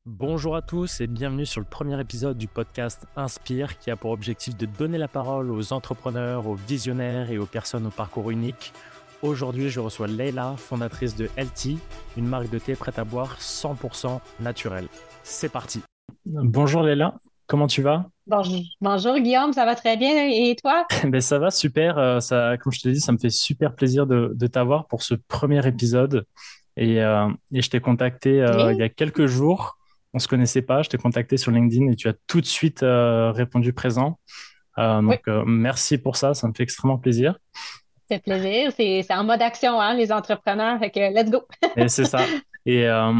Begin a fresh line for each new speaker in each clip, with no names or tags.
Bonjour à tous et bienvenue sur le premier épisode du podcast Inspire qui a pour objectif de donner la parole aux entrepreneurs, aux visionnaires et aux personnes au parcours unique. Aujourd'hui, je reçois Leila, fondatrice de LT, une marque de thé prête à boire 100% naturelle. C'est parti. Bonjour Leila, comment tu vas?
Bonjour Guillaume, ça va très bien et toi?
Ben ça va super, comme je te l'ai dit, ça me fait super plaisir de t'avoir pour ce premier épisode. Et je t'ai contacté il y
Bien.
a quelques jours. On se connaissait pas. Je t'ai contacté sur LinkedIn et tu as tout de suite répondu présent.
Oui,
Merci pour ça. Ça me fait extrêmement plaisir.
ça fait plaisir. C'est en mode action, hein, les entrepreneurs. Fait que let's go.
Et c'est ça. Et, euh,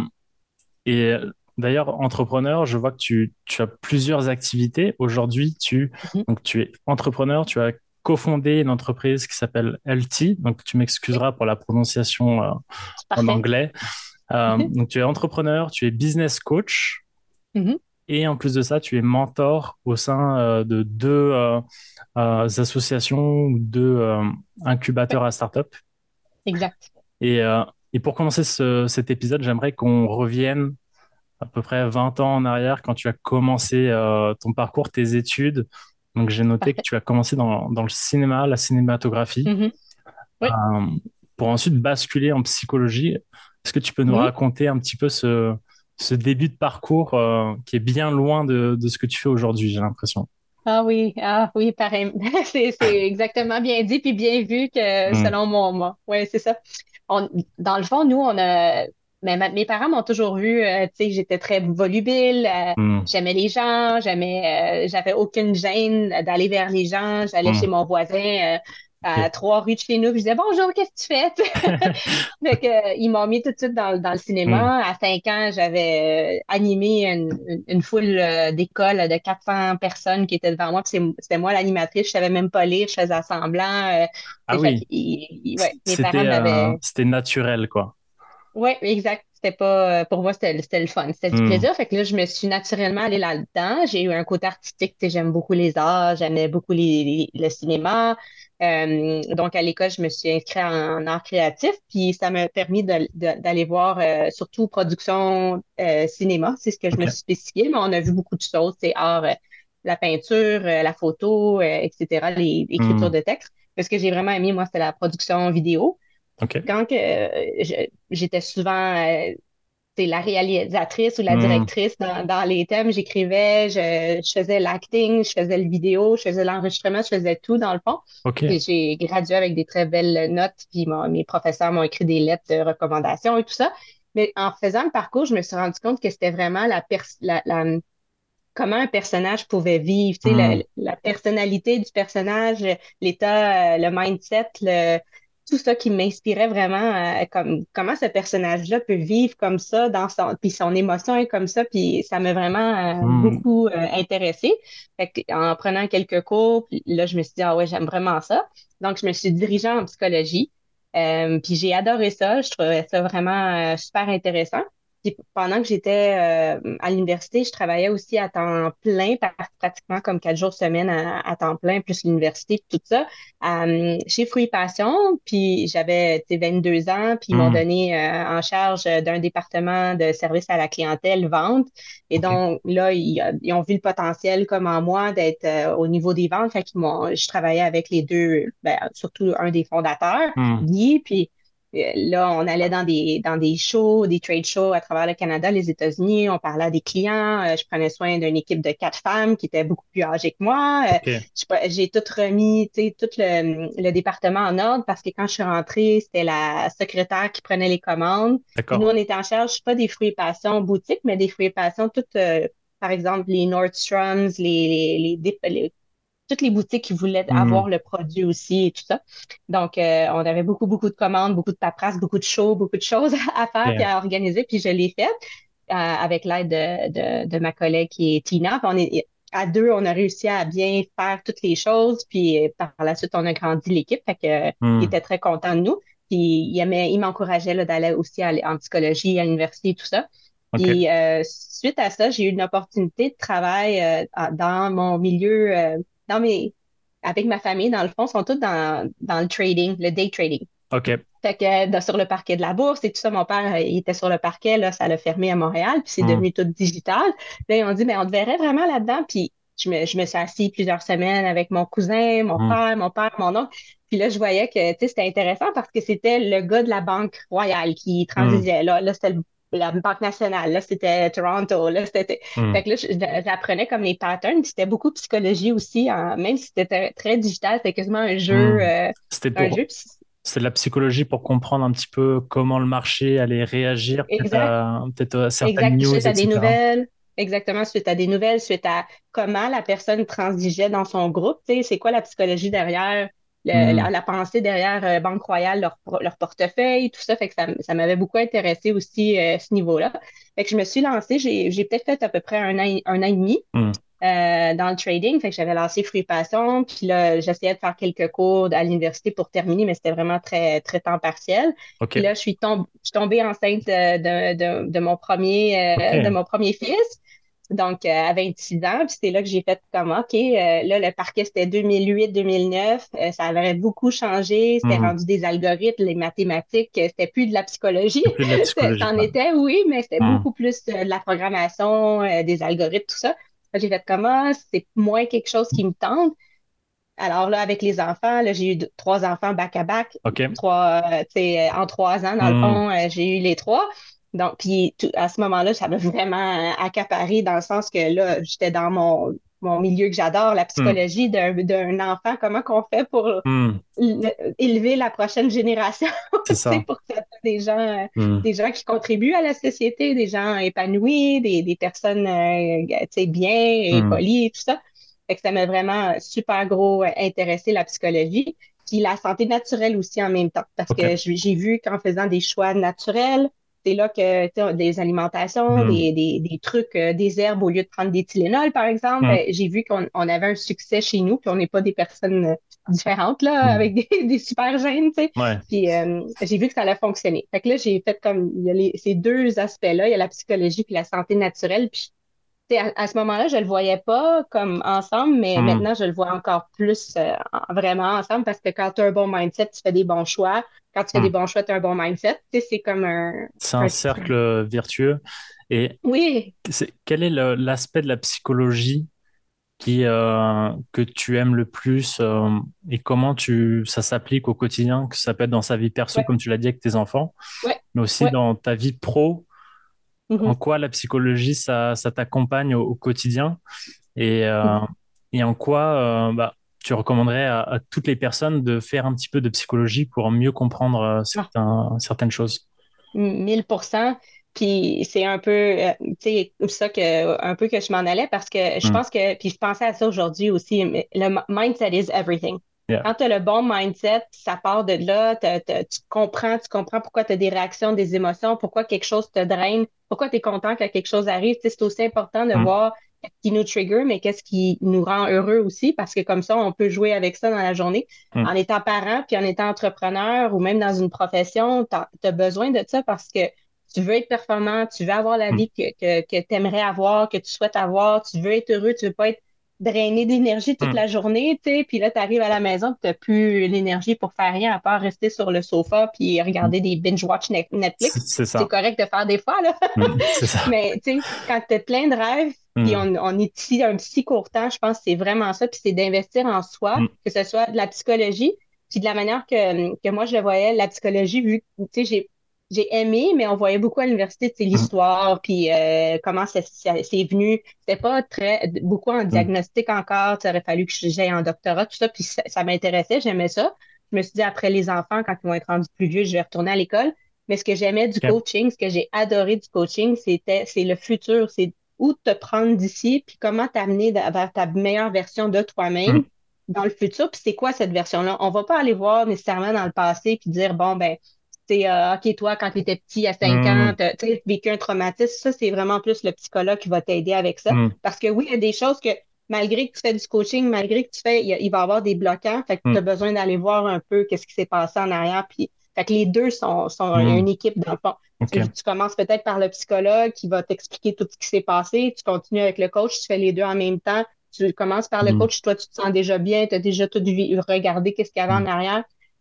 et d'ailleurs, entrepreneur, je vois que tu as plusieurs activités. Aujourd'hui,
Mhm.
donc tu es entrepreneur. Tu as cofondé une entreprise qui s'appelle LT. Donc, tu
Oui,
m'excuseras pour la prononciation
c'est
en
parfait.
anglais. Donc, tu es entrepreneur, tu es business coach.
Mhm.
Et en plus de ça, tu es mentor au sein de deux associations ou deux
Oui,
incubateurs à start-up.
exact.
Et, euh, et pour commencer cet épisode, j'aimerais qu'on revienne à peu près 20 ans en arrière quand tu as commencé ton parcours, tes études. Donc j'ai noté que
Parfait.
tu as commencé dans le cinéma, la cinématographie,
Mhm. Oui.
euh, pour ensuite basculer en psychologie. Est-ce que tu peux nous
Mhm.
raconter un petit peu ce début de parcours qui est bien loin de ce que tu fais aujourd'hui, j'ai l'impression.
Ah oui, pareil. C'est exactement bien dit puis bien vu que
Hmm,
selon moi. Oui, c'est ça. Dans le fond, nous, on a. Mais mes parents m'ont toujours vu, tu sais, j'étais très volubile,
hmm,
j'aimais les gens, j'avais aucune gêne d'aller vers les gens. J'allais chez
hmm.
mon voisin à
Ok.
3 rues de chez nous, puis je disais bonjour, qu'est-ce que tu fais? Fait que, ils m'ont mis tout de suite dans le
Hmm.
cinéma. À 5 ans, j'avais animé une foule d'école de 400 personnes qui étaient devant moi. Puis c'était moi l'animatrice. Je savais même pas lire, je faisais semblant.
Ah
Fait que,
oui,
ouais, mes parents
c'était
m'avaient.
c'était naturel, quoi.
Ouais, exact. C'était pas. Pour moi, c'était le fun. C'était du
Hmm.
plaisir. Fait que là, je me suis naturellement allée là-dedans. J'ai eu un côté artistique. Tu sais, j'aime beaucoup les arts. J'aimais beaucoup le cinéma. Donc, à l'école, je me suis inscrite en art créatif. Puis, ça m'a permis d'aller voir surtout production cinéma. C'est ce que je me
Ok.
suis spécifiée. Mais on a vu beaucoup de choses. C'est art, la peinture, la photo, etc., l'écriture
Hmm.
de texte. Mais ce que j'ai vraiment aimé, moi, c'était la production vidéo
Ok.
quand que, j'étais souvent c'est la réalisatrice ou la
Hmm.
directrice dans les thèmes, j'écrivais, je faisais l'acting, je faisais le vidéo, je faisais l'enregistrement, je faisais tout dans le fond.
Ok.
Puis j'ai gradué avec des très belles notes, puis mes professeurs m'ont écrit des lettres de recommandation et tout ça. Mais en faisant le parcours, je me suis rendu compte que c'était vraiment comment un personnage pouvait vivre, tu sais,
Hmm.
la personnalité du personnage, l'état, le mindset, tout ça qui m'inspirait vraiment, comme comment ce personnage-là peut vivre comme ça puis son émotion est comme ça, puis ça m'a vraiment
Hmm.
beaucoup intéressée. Fait que, en prenant quelques cours, puis là, je me suis dit, ah ouais, j'aime vraiment ça. Donc, je me suis dirigée en psychologie. Puis j'ai adoré ça. Je trouvais ça vraiment super intéressant. Puis pendant que j'étais à l'université, je travaillais aussi à temps plein, pratiquement comme 4 jours semaine à temps plein, plus l'université, puis tout ça, chez Fruits Passion. Puis j'avais, tu sais, 22 ans, puis ils m'ont
Hmm.
donné en charge d'un département de service à la clientèle, vente. Et
Ok.
donc là, ils ont vu le potentiel comme en moi d'être au niveau des ventes. Fait qu'ils je travaillais avec les deux, ben, surtout un des fondateurs,
Hmm.
Guy, puis là, on allait dans des shows, des trade shows à travers le Canada, les États-Unis. On parlait à des clients. Je prenais soin d'une équipe de 4 femmes qui étaient beaucoup plus âgées que moi.
Ok.
J'ai tout remis, tu sais, tout le département en ordre parce que quand je suis rentrée, c'était la secrétaire qui prenait les commandes. Puis nous,
D'accord.
on était en charge, pas des fruits et passions boutique, mais des fruits et passions, toutes, par exemple, les Nordstroms, toutes les boutiques qui voulaient
Hmm.
avoir le produit aussi et tout ça. Donc, on avait beaucoup, beaucoup de commandes, beaucoup de paperasse, beaucoup de shows, beaucoup de choses à faire puis
Ok.
à organiser. Puis je l'ai fait avec l'aide de ma collègue qui est Tina. Puis à deux, on a réussi à bien faire toutes les choses. Puis par la suite, on a grandi l'équipe. Fait que, il
Hmm.
était très content de nous. Puis il m'encourageait là, d'aller aussi en psychologie, à l'université et tout ça.
Ok.
Puis suite à ça, j'ai eu une opportunité de travail dans mon milieu, dans mes, avec ma famille, dans le fond, sont tous dans le trading, le day trading.
Ok.
Fait que sur le parquet de la Bourse et tout ça, mon père, il était sur le parquet, là, ça l'a fermé à Montréal, puis c'est
Hmm.
devenu tout digital. Là, ils ont dit, mais on te verrait vraiment là-dedans. Puis je me suis assise plusieurs semaines avec mon cousin,
Hmm.
mon père, mon oncle. Puis là, je voyais que, tu sais, c'était intéressant parce que c'était le gars de la Banque Royale qui
Hmm.
transigeait. Là, c'était la Banque nationale. Là, c'était Toronto. Là, c'était...
Hmm.
Fait que là, j'apprenais comme les patterns. Puis c'était beaucoup de psychologie aussi. Même si c'était très digital, c'était quasiment un jeu.
Hmm. C'était
Un jeu.
pour, c'est de la psychologie pour comprendre un petit peu comment le marché allait réagir
Exact.
peut-être à certaines
Exact.
news,
Suite à des
etc.
nouvelles. Exactement, suite à des nouvelles, suite à comment la personne transigeait dans son groupe. Tu sais, c'est quoi la psychologie derrière,
Hmm.
la pensée derrière Banque Royale, leur portefeuille, tout ça. Fait que ça m'avait beaucoup intéressé aussi ce niveau-là. Fait que je me suis lancée, j'ai peut-être fait à peu près un an et demi
Hmm.
dans le trading. Fait que j'avais lancé Fruits Passion. Puis là, j'essayais de faire quelques cours à l'université pour terminer, mais c'était vraiment très, très temps partiel.
Ok.
Puis là, je suis tombée enceinte de
Ok.
mon premier fils. Donc, à 6 ans, puis c'était là que j'ai fait comme, OK, là, le parquet, c'était 2008-2009, ça avait beaucoup changé, c'était
Hmm.
rendu des algorithmes, les mathématiques, c'était plus de la psychologie.
C'est plus de la psychologie.
C'en
Ouais.
était, oui, mais c'était
Hmm.
beaucoup plus de la programmation, des algorithmes, tout ça. J'ai fait comment? C'est moins quelque chose qui me tente. Alors là, avec les enfants, là, j'ai eu trois enfants back-à-back,
Ok.
tu sais, en 3 ans, dans le
Hmm.
fond, j'ai eu les trois. Donc, puis à ce moment-là, ça m'a vraiment accaparé dans le sens que là, j'étais dans mon milieu que j'adore, la
Hmm.
psychologie d'un enfant, comment qu'on fait pour
Hmm.
élever la prochaine génération,
C'est
tu sais,
ça.
pour que ça soit
Hmm.
des gens qui contribuent à la société, des gens épanouis, des personnes, tu sais, bien et
Hmm.
polies et tout ça. Fait que ça m'a vraiment super gros intéressé la psychologie. Puis la santé naturelle aussi en même temps, parce
Ok.
que j'ai vu qu'en faisant des choix naturels, c'est là que tu sais, des alimentations,
Hmm.
des trucs, des herbes au lieu de prendre des Tylenol, par exemple,
Hmm.
j'ai vu qu'on avait un succès chez nous, puis on n'est pas des personnes différentes, là,
Hmm.
avec des super gènes, tu sais.
Ouais.
Puis j'ai vu que ça allait fonctionner. Fait que là, j'ai fait comme, il y a ces deux aspects-là, il y a la psychologie puis la santé naturelle. Puis tu sais, à ce moment-là, je le voyais pas comme ensemble, mais
Hmm.
maintenant, je le vois encore plus vraiment ensemble parce que quand tu as un bon mindset, tu fais des bons choix. Quand tu fais des
Hmm.
bons choix, tu as un bon mindset. Tu sais, c'est comme
C'est un
un...
cercle vertueux. Et
Oui,
quel est l'aspect de la psychologie que tu aimes le plus et comment ça s'applique au quotidien, que ça peut être dans sa vie perso,
ouais,
comme tu l'as dit avec tes enfants,
ouais.
mais aussi
Ouais.
dans ta vie pro, en
Mhm,
quoi la psychologie, ça t'accompagne au quotidien et, euh,
mhm.
et en quoi tu recommanderais à toutes les personnes de faire un petit peu de psychologie pour mieux comprendre
Ah,
certaines choses.
1000%. Puis c'est un peu, tu sais, ça un peu que je m'en allais parce que je
Hmm.
pense que, puis je pensais à ça aujourd'hui aussi, mais mindset is everything.
Yeah.
Quand tu as le bon mindset, ça part de là, tu comprends pourquoi tu as des réactions, des émotions, pourquoi quelque chose te draine, pourquoi tu es content que quelque chose arrive. Tu sais, c'est aussi important de
Hmm.
voir ce qui nous trigger, mais qu'est-ce qui nous rend heureux aussi, parce que comme ça, on peut jouer avec ça dans la journée.
Hmm.
En étant parent, puis en étant entrepreneur ou même dans une profession, tu as besoin de ça parce que tu veux être performant, tu veux avoir la
Hmm.
vie que tu aimerais avoir, que tu souhaites avoir, tu veux être heureux, tu veux pas être drainé d'énergie toute
Hmm.
la journée, tu sais, puis là, tu arrives à la maison, tu n'as plus l'énergie pour faire rien à part rester sur le sofa puis
Hmm.
regarder des binge-watch Netflix.
C'est
C'est
ça.
correct de faire des fois, là.
Hmm. C'est ça.
Mais tu sais, quand tu es plein de rêves, puis
Hmm.
on est ici un si court temps, je pense que c'est vraiment ça, puis c'est d'investir en soi,
Hmm.
que ce soit de la psychologie, puis de la manière que moi je le voyais, la psychologie, vu que, tu sais, j'ai aimé, mais on voyait beaucoup à l'université, tu sais,
Hmm.
l'histoire, puis comment c'est venu. C'était pas beaucoup en
Hmm.
diagnostic encore, tu aurait fallu que j'aille en doctorat, tout ça, puis ça m'intéressait, j'aimais ça. Je me suis dit, après les enfants, quand ils vont être rendus plus vieux, je vais retourner à l'école. Mais ce que j'aimais du
Ok.
coaching, ce que j'ai adoré du coaching, c'est le futur, c'est où te prendre d'ici, puis comment t'amener vers ta meilleure version de
Hmm.
toi-même dans le futur, puis c'est quoi cette version-là? On va pas aller voir nécessairement dans le passé puis dire, bon, ben, c'est OK, toi, quand tu étais petit, à 5 ans,
Hmm.
tu as vécu un traumatisme. Ça, c'est vraiment plus le psychologue qui va t'aider avec ça.
Hmm.
Parce que oui, il y a des choses que, malgré que tu fais du coaching, malgré que tu fais, il va y avoir des bloquants. Fait que tu
Hmm.
as besoin d'aller voir un peu qu'est-ce qui s'est passé en arrière. Puis, fait que les deux sont
Hmm.
une équipe dans le fond.
Ok.
Tu commences peut-être par le psychologue qui va t'expliquer tout ce qui s'est passé. Tu continues avec le coach, tu fais les deux en même temps. Tu commences par le
Hmm.
coach, toi, tu te sens déjà bien, tu as déjà tout regardé, qu'est-ce qu'il y avait
Hmm.
en arrière.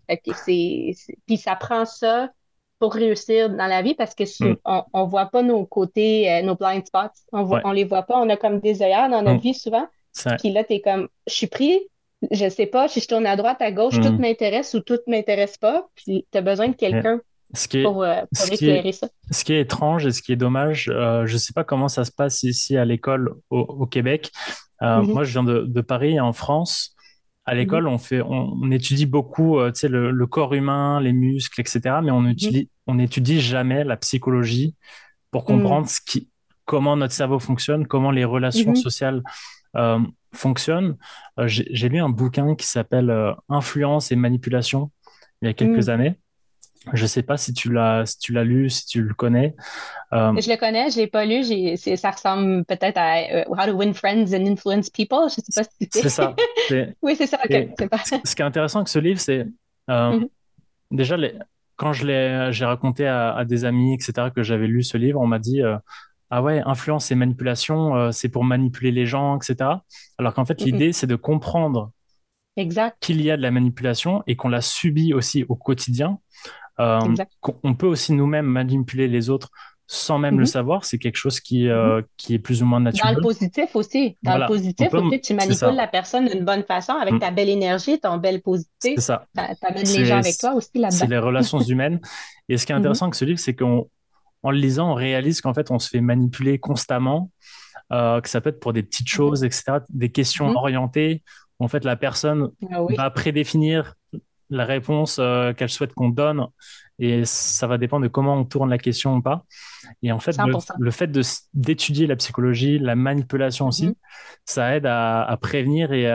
Fait que puis ça prend ça pour réussir dans la vie parce que
Mm.
on voit pas nos côtés, nos blind spots.
Ouais.
On les voit pas. On a comme des œillères dans notre
Mm.
vie souvent.
C'est-
Puis là, t'es comme, je suis pris, je sais pas si je tourne à droite, à gauche, tout
mm.
m'intéresse ou tout m'intéresse pas. Puis t'as besoin de
Yeah.
quelqu'un
Ce qui est,
pour
ce qui est,
éclairer ça.
ce qui est étrange et ce qui est dommage, je ne sais pas comment ça se passe ici à l'école au Québec.
Mhm,
Moi, je viens de Paris, en France. À
mhm,
l'école, on étudie beaucoup, tu sais, le corps humain, les muscles, etc. Mais
mhm,
on étudie jamais la psychologie pour
mhm,
comprendre comment notre cerveau fonctionne, comment les relations
mhm,
sociales euh, fonctionnent. J'ai lu un bouquin qui s'appelle Influence et manipulation il y a quelques
mhm.
années. Je sais pas si tu l'as lu, si tu le connais. Euh,
Je le connais, je l'ai pas lu. Ça ressemble peut-être à How to Win Friends and Influence People. Je sais pas si
c'est
c'est.
ça.
Oui, c'est ça. OK.
Et
C'est pas.
ce qui est intéressant avec ce livre, c'est euh,
Mhm,
déjà quand j'ai raconté à des amis, etc., que j'avais lu ce livre, on m'a dit ah ouais, influence et manipulation, c'est pour manipuler les gens, etc. Alors qu'en fait,
mhm.
l'idée, c'est de comprendre
Exact,
qu'il y a de la manipulation et qu'on la subit aussi au quotidien.
exact.
Qu'on peut aussi nous-mêmes manipuler les autres sans même le
Mhm,
savoir, c'est quelque chose
mhm.
qui est plus ou moins
Dans le
naturel.
positif aussi. Dans le
Voilà,
positif aussi, tu
c'est
manipules
ça.
la personne d'une bonne façon avec
Mm.
ta belle énergie, ton belle
C'est
positivité.
ça.
T'amènes les gens
C'est,
avec toi aussi
c'est
là-dedans.
les relations humaines. Et ce qui est
Mhm,
intéressant avec ce livre, c'est en le lisant, on réalise qu'en fait, on se fait manipuler constamment, que ça peut être pour des petites
mhm,
choses, etc., des questions
mhm.
orientées. En fait, la personne
Ah oui,
va prédéfinir la réponse qu'elle souhaite qu'on donne, et ça va dépendre de comment on tourne la question ou pas. Et en fait,
100%.
le fait d'étudier la psychologie, la manipulation
Mhm,
aussi, ça aide à prévenir et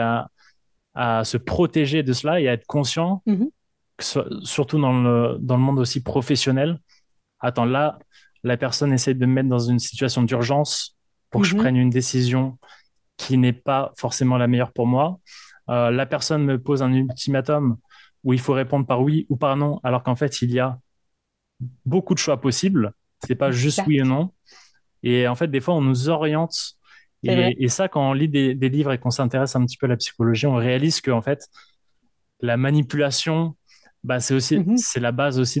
à se protéger de cela et à être conscient,
mhm,
surtout dans le monde aussi professionnel. Attends, là, la personne essaie de me mettre dans une situation d'urgence pour que je
mhm.
prenne une décision qui n'est pas forcément la meilleure pour moi. La personne me pose un ultimatum où il faut répondre par oui ou par non, alors qu'en fait, il y a beaucoup de choix possibles. C'est pas juste oui ou
Exact.
non. Et en fait, des fois, on nous oriente.
C'est vrai.
Et ça, quand on lit des livres et qu'on s'intéresse un petit peu à la psychologie, on réalise que en fait, la manipulation, bah,
Mhm.
c'est la base aussi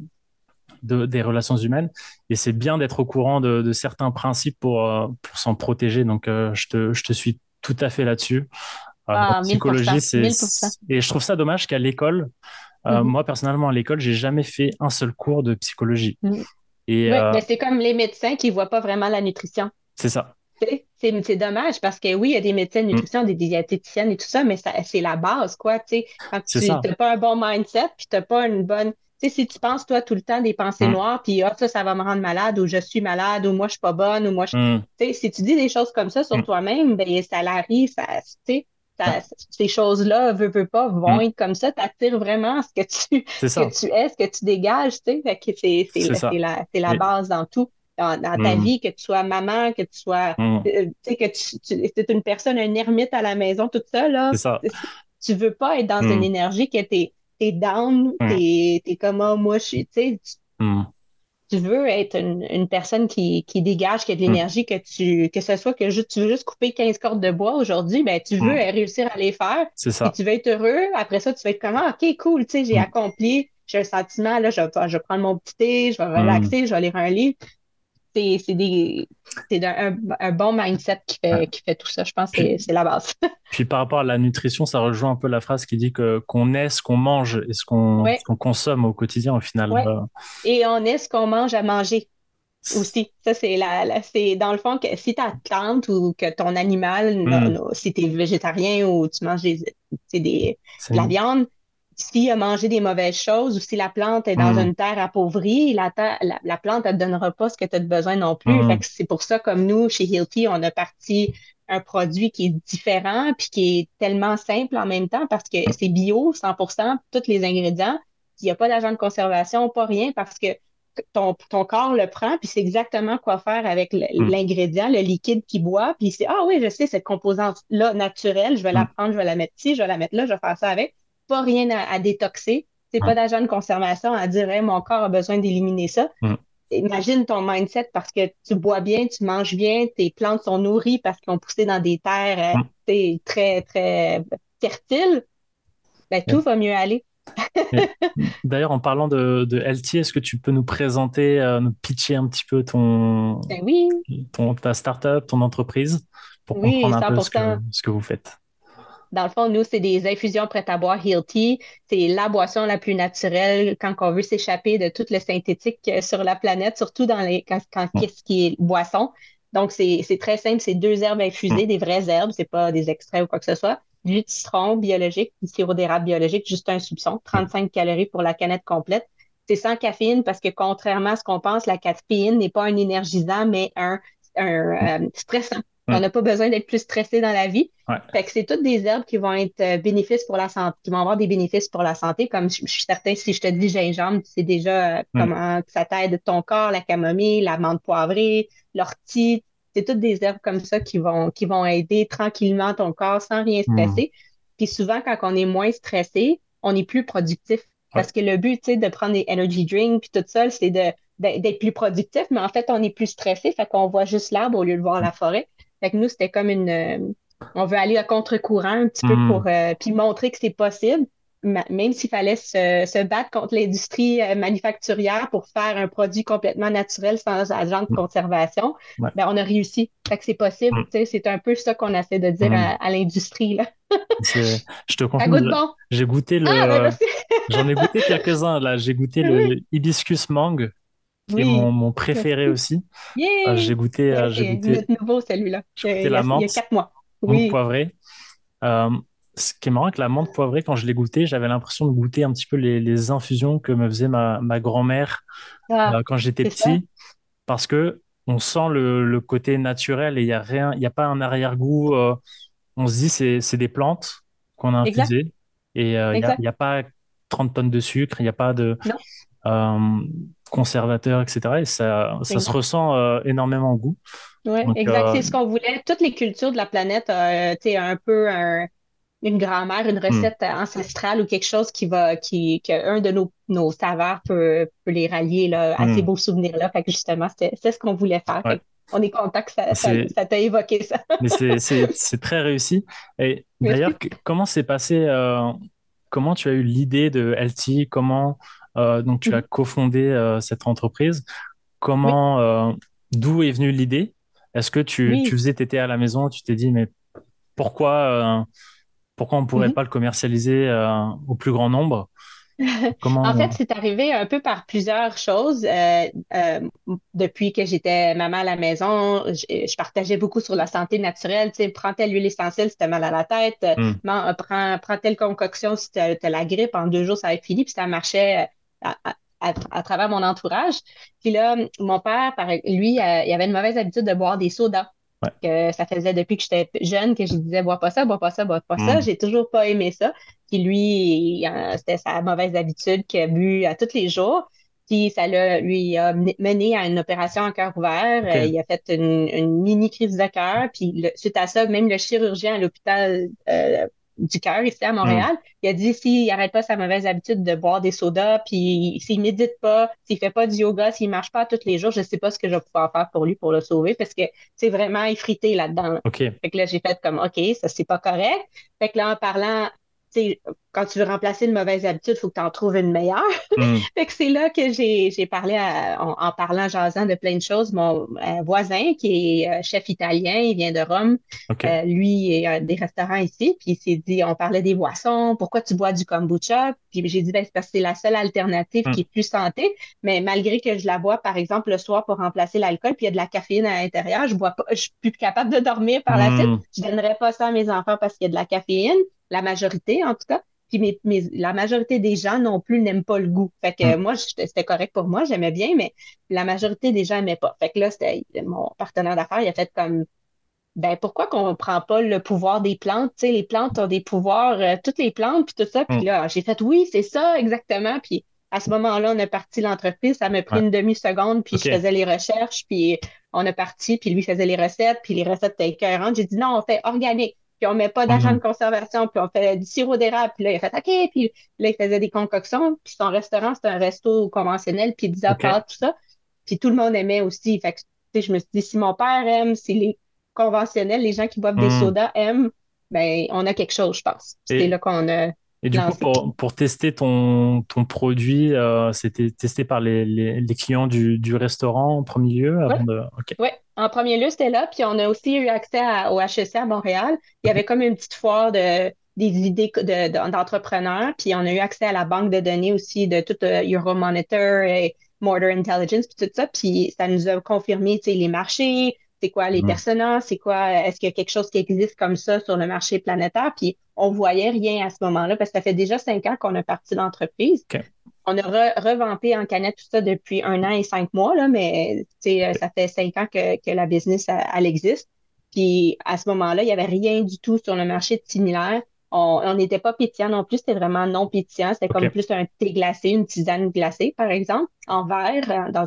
des relations humaines. Et c'est bien d'être au courant de certains principes pour s'en protéger. Donc, je te suis tout à fait là-dessus. La
Ah, 1000%.
psychologie,
1000%.
et je trouve ça dommage qu'à l'école,
Mhm,
moi, personnellement, à l'école, j'ai jamais fait un seul cours de psychologie.
mhm.
Et
Oui, mais c'est comme les médecins qui voient pas vraiment la nutrition.
c'est ça.
Tu sais, c'est dommage parce que oui, il y a des médecins de
Mm.
nutrition, des diététiciennes et tout ça, mais c'est la base, quoi. Tu sais, quand
C'est
tu
ça.
n'as pas un bon mindset, puis tu n'as pas une bonne. Tu sais, si tu penses, toi, tout le temps des pensées
Mm.
noires, puis ah, ça va me rendre malade, ou je suis malade, ou moi, je suis pas bonne, ou moi, je.
Mm.
Tu sais, si tu dis des choses comme ça sur
Mm.
toi-même, ben, ça l'arrive, tu sais,
Ouais.
ces choses-là, veux pas, vont
Mm.
être comme ça. Tu attires vraiment
C'est
que
ça.
tu es, ce que tu dégages, tu sais. Fait que
C'est ça.
c'est la
Et,
base dans tout. Dans ta
mm.
vie, que tu sois maman, que tu sois
Mm.
tu sais, que es une personne, un ermite à la maison, tout ça, là,
C'est ça.
tu veux pas être dans une
Mm.
énergie que t'es down,
Mm.
t'es comme, ah, moi, je suis, tu sais,
Mm.
tu veux être une personne qui dégage, qui a de
Mm.
l'énergie, que ce soit que tu veux juste couper 15 cordes de bois aujourd'hui, ben, tu veux
Mm.
réussir à les faire,
C'est
puis
ça.
tu vas être heureux. Après ça, tu vas être comme, ah, OK, cool, tu sais, j'ai
Mm.
accompli, j'ai un sentiment, là, je vais prendre mon petit thé, je vais
Mm.
relaxer, je vais lire un livre. C'est des, un bon mindset
Ouais.
qui fait tout ça. Je pense que
Puis,
c'est la base.
puis par rapport à la nutrition, ça rejoint un peu la phrase qui dit que qu'on est ce qu'on mange et
Ouais,
ce qu'on consomme au quotidien au final.
ouais. Et on est ce qu'on mange à manger aussi. Ça, c'est dans le fond que si ta plante ou que ton animal,
Mm.
si tu es végétarien ou tu manges
C'est
de la
une-
viande, s'il a mangé des mauvaises choses ou si la plante est dans
Mm.
une terre appauvrie, la plante ne te donnera pas ce que tu as besoin non plus. Fait
Mm.
que c'est pour ça, comme nous, chez Hilti, on a parti un produit qui est différent puis qui est tellement simple en même temps parce que c'est bio, 100%, tous les ingrédients. Il n'y a pas d'agent de conservation, pas rien, parce que ton corps le prend, puis c'est exactement quoi faire avec
Mm.
l'ingrédient, le liquide qu'il boit, puis c'est, ah oui, je sais, cette composante-là naturelle, je vais la
Mm.
prendre, je vais la mettre ici, je vais la mettre là, je vais faire ça avec. Pas rien à détoxer. C'est pas
Mm.
d'agent de conservation à dire, hey, mon corps a besoin d'éliminer ça.
Mm.
Imagine ton mindset parce que tu bois bien, tu manges bien, tes plantes sont nourries parce qu'elles ont poussé dans des terres
Mm.
très, très fertiles, ben,
Yeah.
tout va mieux aller.
Et d'ailleurs, en parlant de LT, est-ce que tu peux nous présenter, nous pitcher un petit peu
Ben oui,
ta startup, ton entreprise, pour
oui,
comprendre un peu
100%.
ce que vous faites?
Dans le fond, nous, c'est des infusions prêtes à boire Heal Tea. C'est la boisson la plus naturelle quand on veut s'échapper de tout le synthétique sur la planète, surtout
Mm.
qu'est-ce qui est boisson. Donc, c'est très simple. C'est deux herbes
Mm.
infusées, des vraies herbes. C'est pas des extraits ou quoi que ce soit. Du jus de citron biologique, du sirop d'érable biologique, juste un soupçon.
Mm.
35 calories pour la canette complète. C'est sans caféine parce que contrairement à ce qu'on pense, la caféine n'est pas un énergisant, mais un stressant. On
Mm.
n'a pas besoin d'être plus stressé dans la vie.
Ouais.
Fait que c'est toutes des herbes qui vont être bénéfices pour la santé, qui vont avoir des bénéfices pour la santé. Comme je suis certain, si je te dis gingembre, tu sais déjà
Mm.
comment ça t'aide ton corps, la camomille, la menthe poivrée, l'ortie. C'est toutes des herbes comme ça qui vont aider tranquillement ton corps sans rien
Mm.
stresser. Puis souvent, quand on est moins stressé, on est plus productif.
Ouais.
Parce que le but, tu sais, de prendre des energy drinks puis tout ça, c'est d'être plus productif. Mais en fait, on est plus stressé. Fait qu'on voit juste l'arbre au lieu de voir la forêt. Fait que nous, c'était comme on veut aller à contre-courant un petit peu
Mm.
pour puis montrer que c'est possible, même s'il fallait se battre contre l'industrie manufacturière pour faire un produit complètement naturel sans agent de
Mm.
conservation,
Ouais.
ben on a réussi. Fait que c'est possible.
Mm.
Tu sais, c'est un peu ça qu'on essaie de dire
Mm.
à l'industrie, là.
Je te
Ça
confirme,
goûte bon.
j'ai goûté
Ah, ben merci.
j'en ai goûté quelques-uns là. J'ai goûté le
Oui,
hibiscus mangue, qui est
oui.
mon préféré
Merci.
aussi.
Yeah! Ouais,
J'ai
c'est
goûté,
notre nouveau, celui-là.
j'ai goûté
Il y a 4 mois.
menthe
Oui.
poivrée. Euh, Ce qui est marrant avec la menthe poivrée, quand je l'ai goûté, j'avais l'impression de goûter un petit peu les infusions que me faisait ma grand-mère
Ah,
quand j'étais
c'est ça.
petit, parce que on sent le côté naturel et il y a rien, il y a pas un arrière-goût. On se dit c'est des plantes qu'on a
Exact,
infusées et il
exact.
y a pas 30 tonnes de sucre, il n'y a pas de
Non.
euh, conservateurs, etc. Et ça se ressent énormément au goût.
Oui,
Donc,
exact. C'est ce qu'on voulait. Toutes les cultures de la planète, tu sais, une grand-mère, une
hmm,
recette ancestrale ou quelque chose que un de nos saveurs peut les rallier là, à ces
hmm,
beaux souvenirs-là. Fait que justement, c'est ce qu'on voulait faire.
ouais.
Fait on est content que
C'est
ça t'a évoqué ça.
Mais c'est très réussi. Et d'ailleurs,
Merci.
comment s'est passé, comment tu as eu l'idée de LT, comment donc tu as
Mhm.
cofondé cette entreprise,
Oui,
comment, d'où est venue l'idée? Est-ce que tu
oui.
faisais, t'étais à la maison, tu t'es dit, mais pourquoi, pourquoi on ne pourrait
Mhm.
pas le commercialiser au plus grand nombre?
En
Comment,
fait, c'est arrivé un peu par plusieurs choses. Depuis que j'étais maman à la maison, je partageais beaucoup sur la santé naturelle. Tu sais, prends telle huile essentielle si t'as mal à la tête,
hmm,
prends telle concoction si t'as la grippe, en 2 jours ça va être fini. Puis ça marchait à travers mon entourage. Puis là, mon père, lui, il avait une mauvaise habitude de boire des sodas.
ouais,
Que ça faisait depuis que j'étais jeune que je disais, bois pas ça, bois pas ça, bois pas ça.
hmm,
J'ai toujours pas aimé ça. Puis lui, c'était sa mauvaise habitude qu'il a bu à tous les jours. Puis lui a mené à une opération en cœur ouvert.
ok,
Il a fait une mini crise de cœur. Puis suite à ça, même le chirurgien à l'hôpital du cœur ici à
hmm,
Montréal, il a dit s'il n'arrête pas sa mauvaise habitude de boire des sodas, puis s'il médite pas, s'il fait pas du yoga, s'il marche pas tous les jours, je sais pas ce que je vais pouvoir faire pour lui pour le sauver parce que c'est vraiment effrité là-dedans, là.
ok,
Fait que là, j'ai fait comme OK, ça c'est pas correct. Fait que là, en parlant, tu sais, quand tu veux remplacer une mauvaise habitude, il faut que tu en trouves une meilleure.
hmm,
Fait que c'est là que j'ai parlé en parlant, jasant de plein de choses. Mon voisin, qui est chef italien, il vient de Rome.
ok,
Lui, il a des restaurants ici. Puis il s'est dit, on parlait des boissons. Pourquoi tu bois du kombucha? Puis j'ai dit, ben, c'est parce que c'est la seule alternative
hmm,
qui est plus santé. Mais malgré que je la bois, par exemple, le soir pour remplacer l'alcool, puis il y a de la caféine à l'intérieur, je bois pas, je suis plus capable de dormir par la suite.
hmm,
Je donnerais pas ça à mes enfants parce qu'il y a de la caféine, la majorité en tout cas. Puis la majorité des gens non plus n'aiment pas le goût. Fait que
hmm,
moi, c'était correct pour moi, j'aimais bien, mais la majorité des gens n'aimaient pas. Fait que là, c'était mon partenaire d'affaires, il a fait comme, ben pourquoi qu'on ne prend pas le pouvoir des plantes? Tu sais, les plantes ont des pouvoirs, toutes les plantes, puis tout ça. Puis
hmm,
là, j'ai fait oui, c'est ça, exactement. Puis à ce moment-là, on a parti l'entreprise. Ça m'a pris
ouais,
une demi-seconde, puis je
ok,
faisais les recherches, puis on a parti, puis lui faisait les recettes, puis les recettes étaient écœurantes. J'ai dit non, on fait organique, puis on met pas d'agent de
hmm,
conservation, puis on fait du sirop d'érable. Puis là, il a fait OK, puis là, il faisait des concoctions, puis son restaurant, c'était un resto conventionnel, pizza,
ok,
pâtes, tout ça. Puis tout le monde aimait aussi. Fait que, tu sais, je me suis dit, si mon père aime, si les conventionnels, les gens qui boivent des
hmm.
sodas aiment, ben, on a quelque chose, je pense. C'est
Et
là qu'on a.
Et du coup,
lancé.
pour tester ton produit, c'était testé par les clients du restaurant en premier lieu
Ouais,
avant de... OK.
ouais. En premier lieu, c'était là. Puis on a aussi eu accès au HEC à Montréal. Il y avait comme une petite foire des idées d'entrepreneurs. Puis on a eu accès à la banque de données aussi de tout Euromonitor et Mortar Intelligence, puis tout ça. Puis ça nous a confirmé, tu sais, les marchés, c'est quoi les
Mhm.
personas, c'est quoi, est-ce qu'il y a quelque chose qui existe comme ça sur le marché planétaire? Puis on voyait rien à ce moment-là parce que ça fait déjà 5 ans qu'on a parti l'entreprise.
OK.
On a revampé en canette tout ça depuis 1 an et 5 mois, là, mais tu sais, ça fait 5 ans que la business, elle existe. Puis à ce moment-là, il n'y avait rien du tout sur le marché de similaire. On n'était pas pétillant non plus, c'était vraiment non pétillant. C'était comme
OK.
plus un thé glacé, une tisane glacée, par exemple, en verre, dans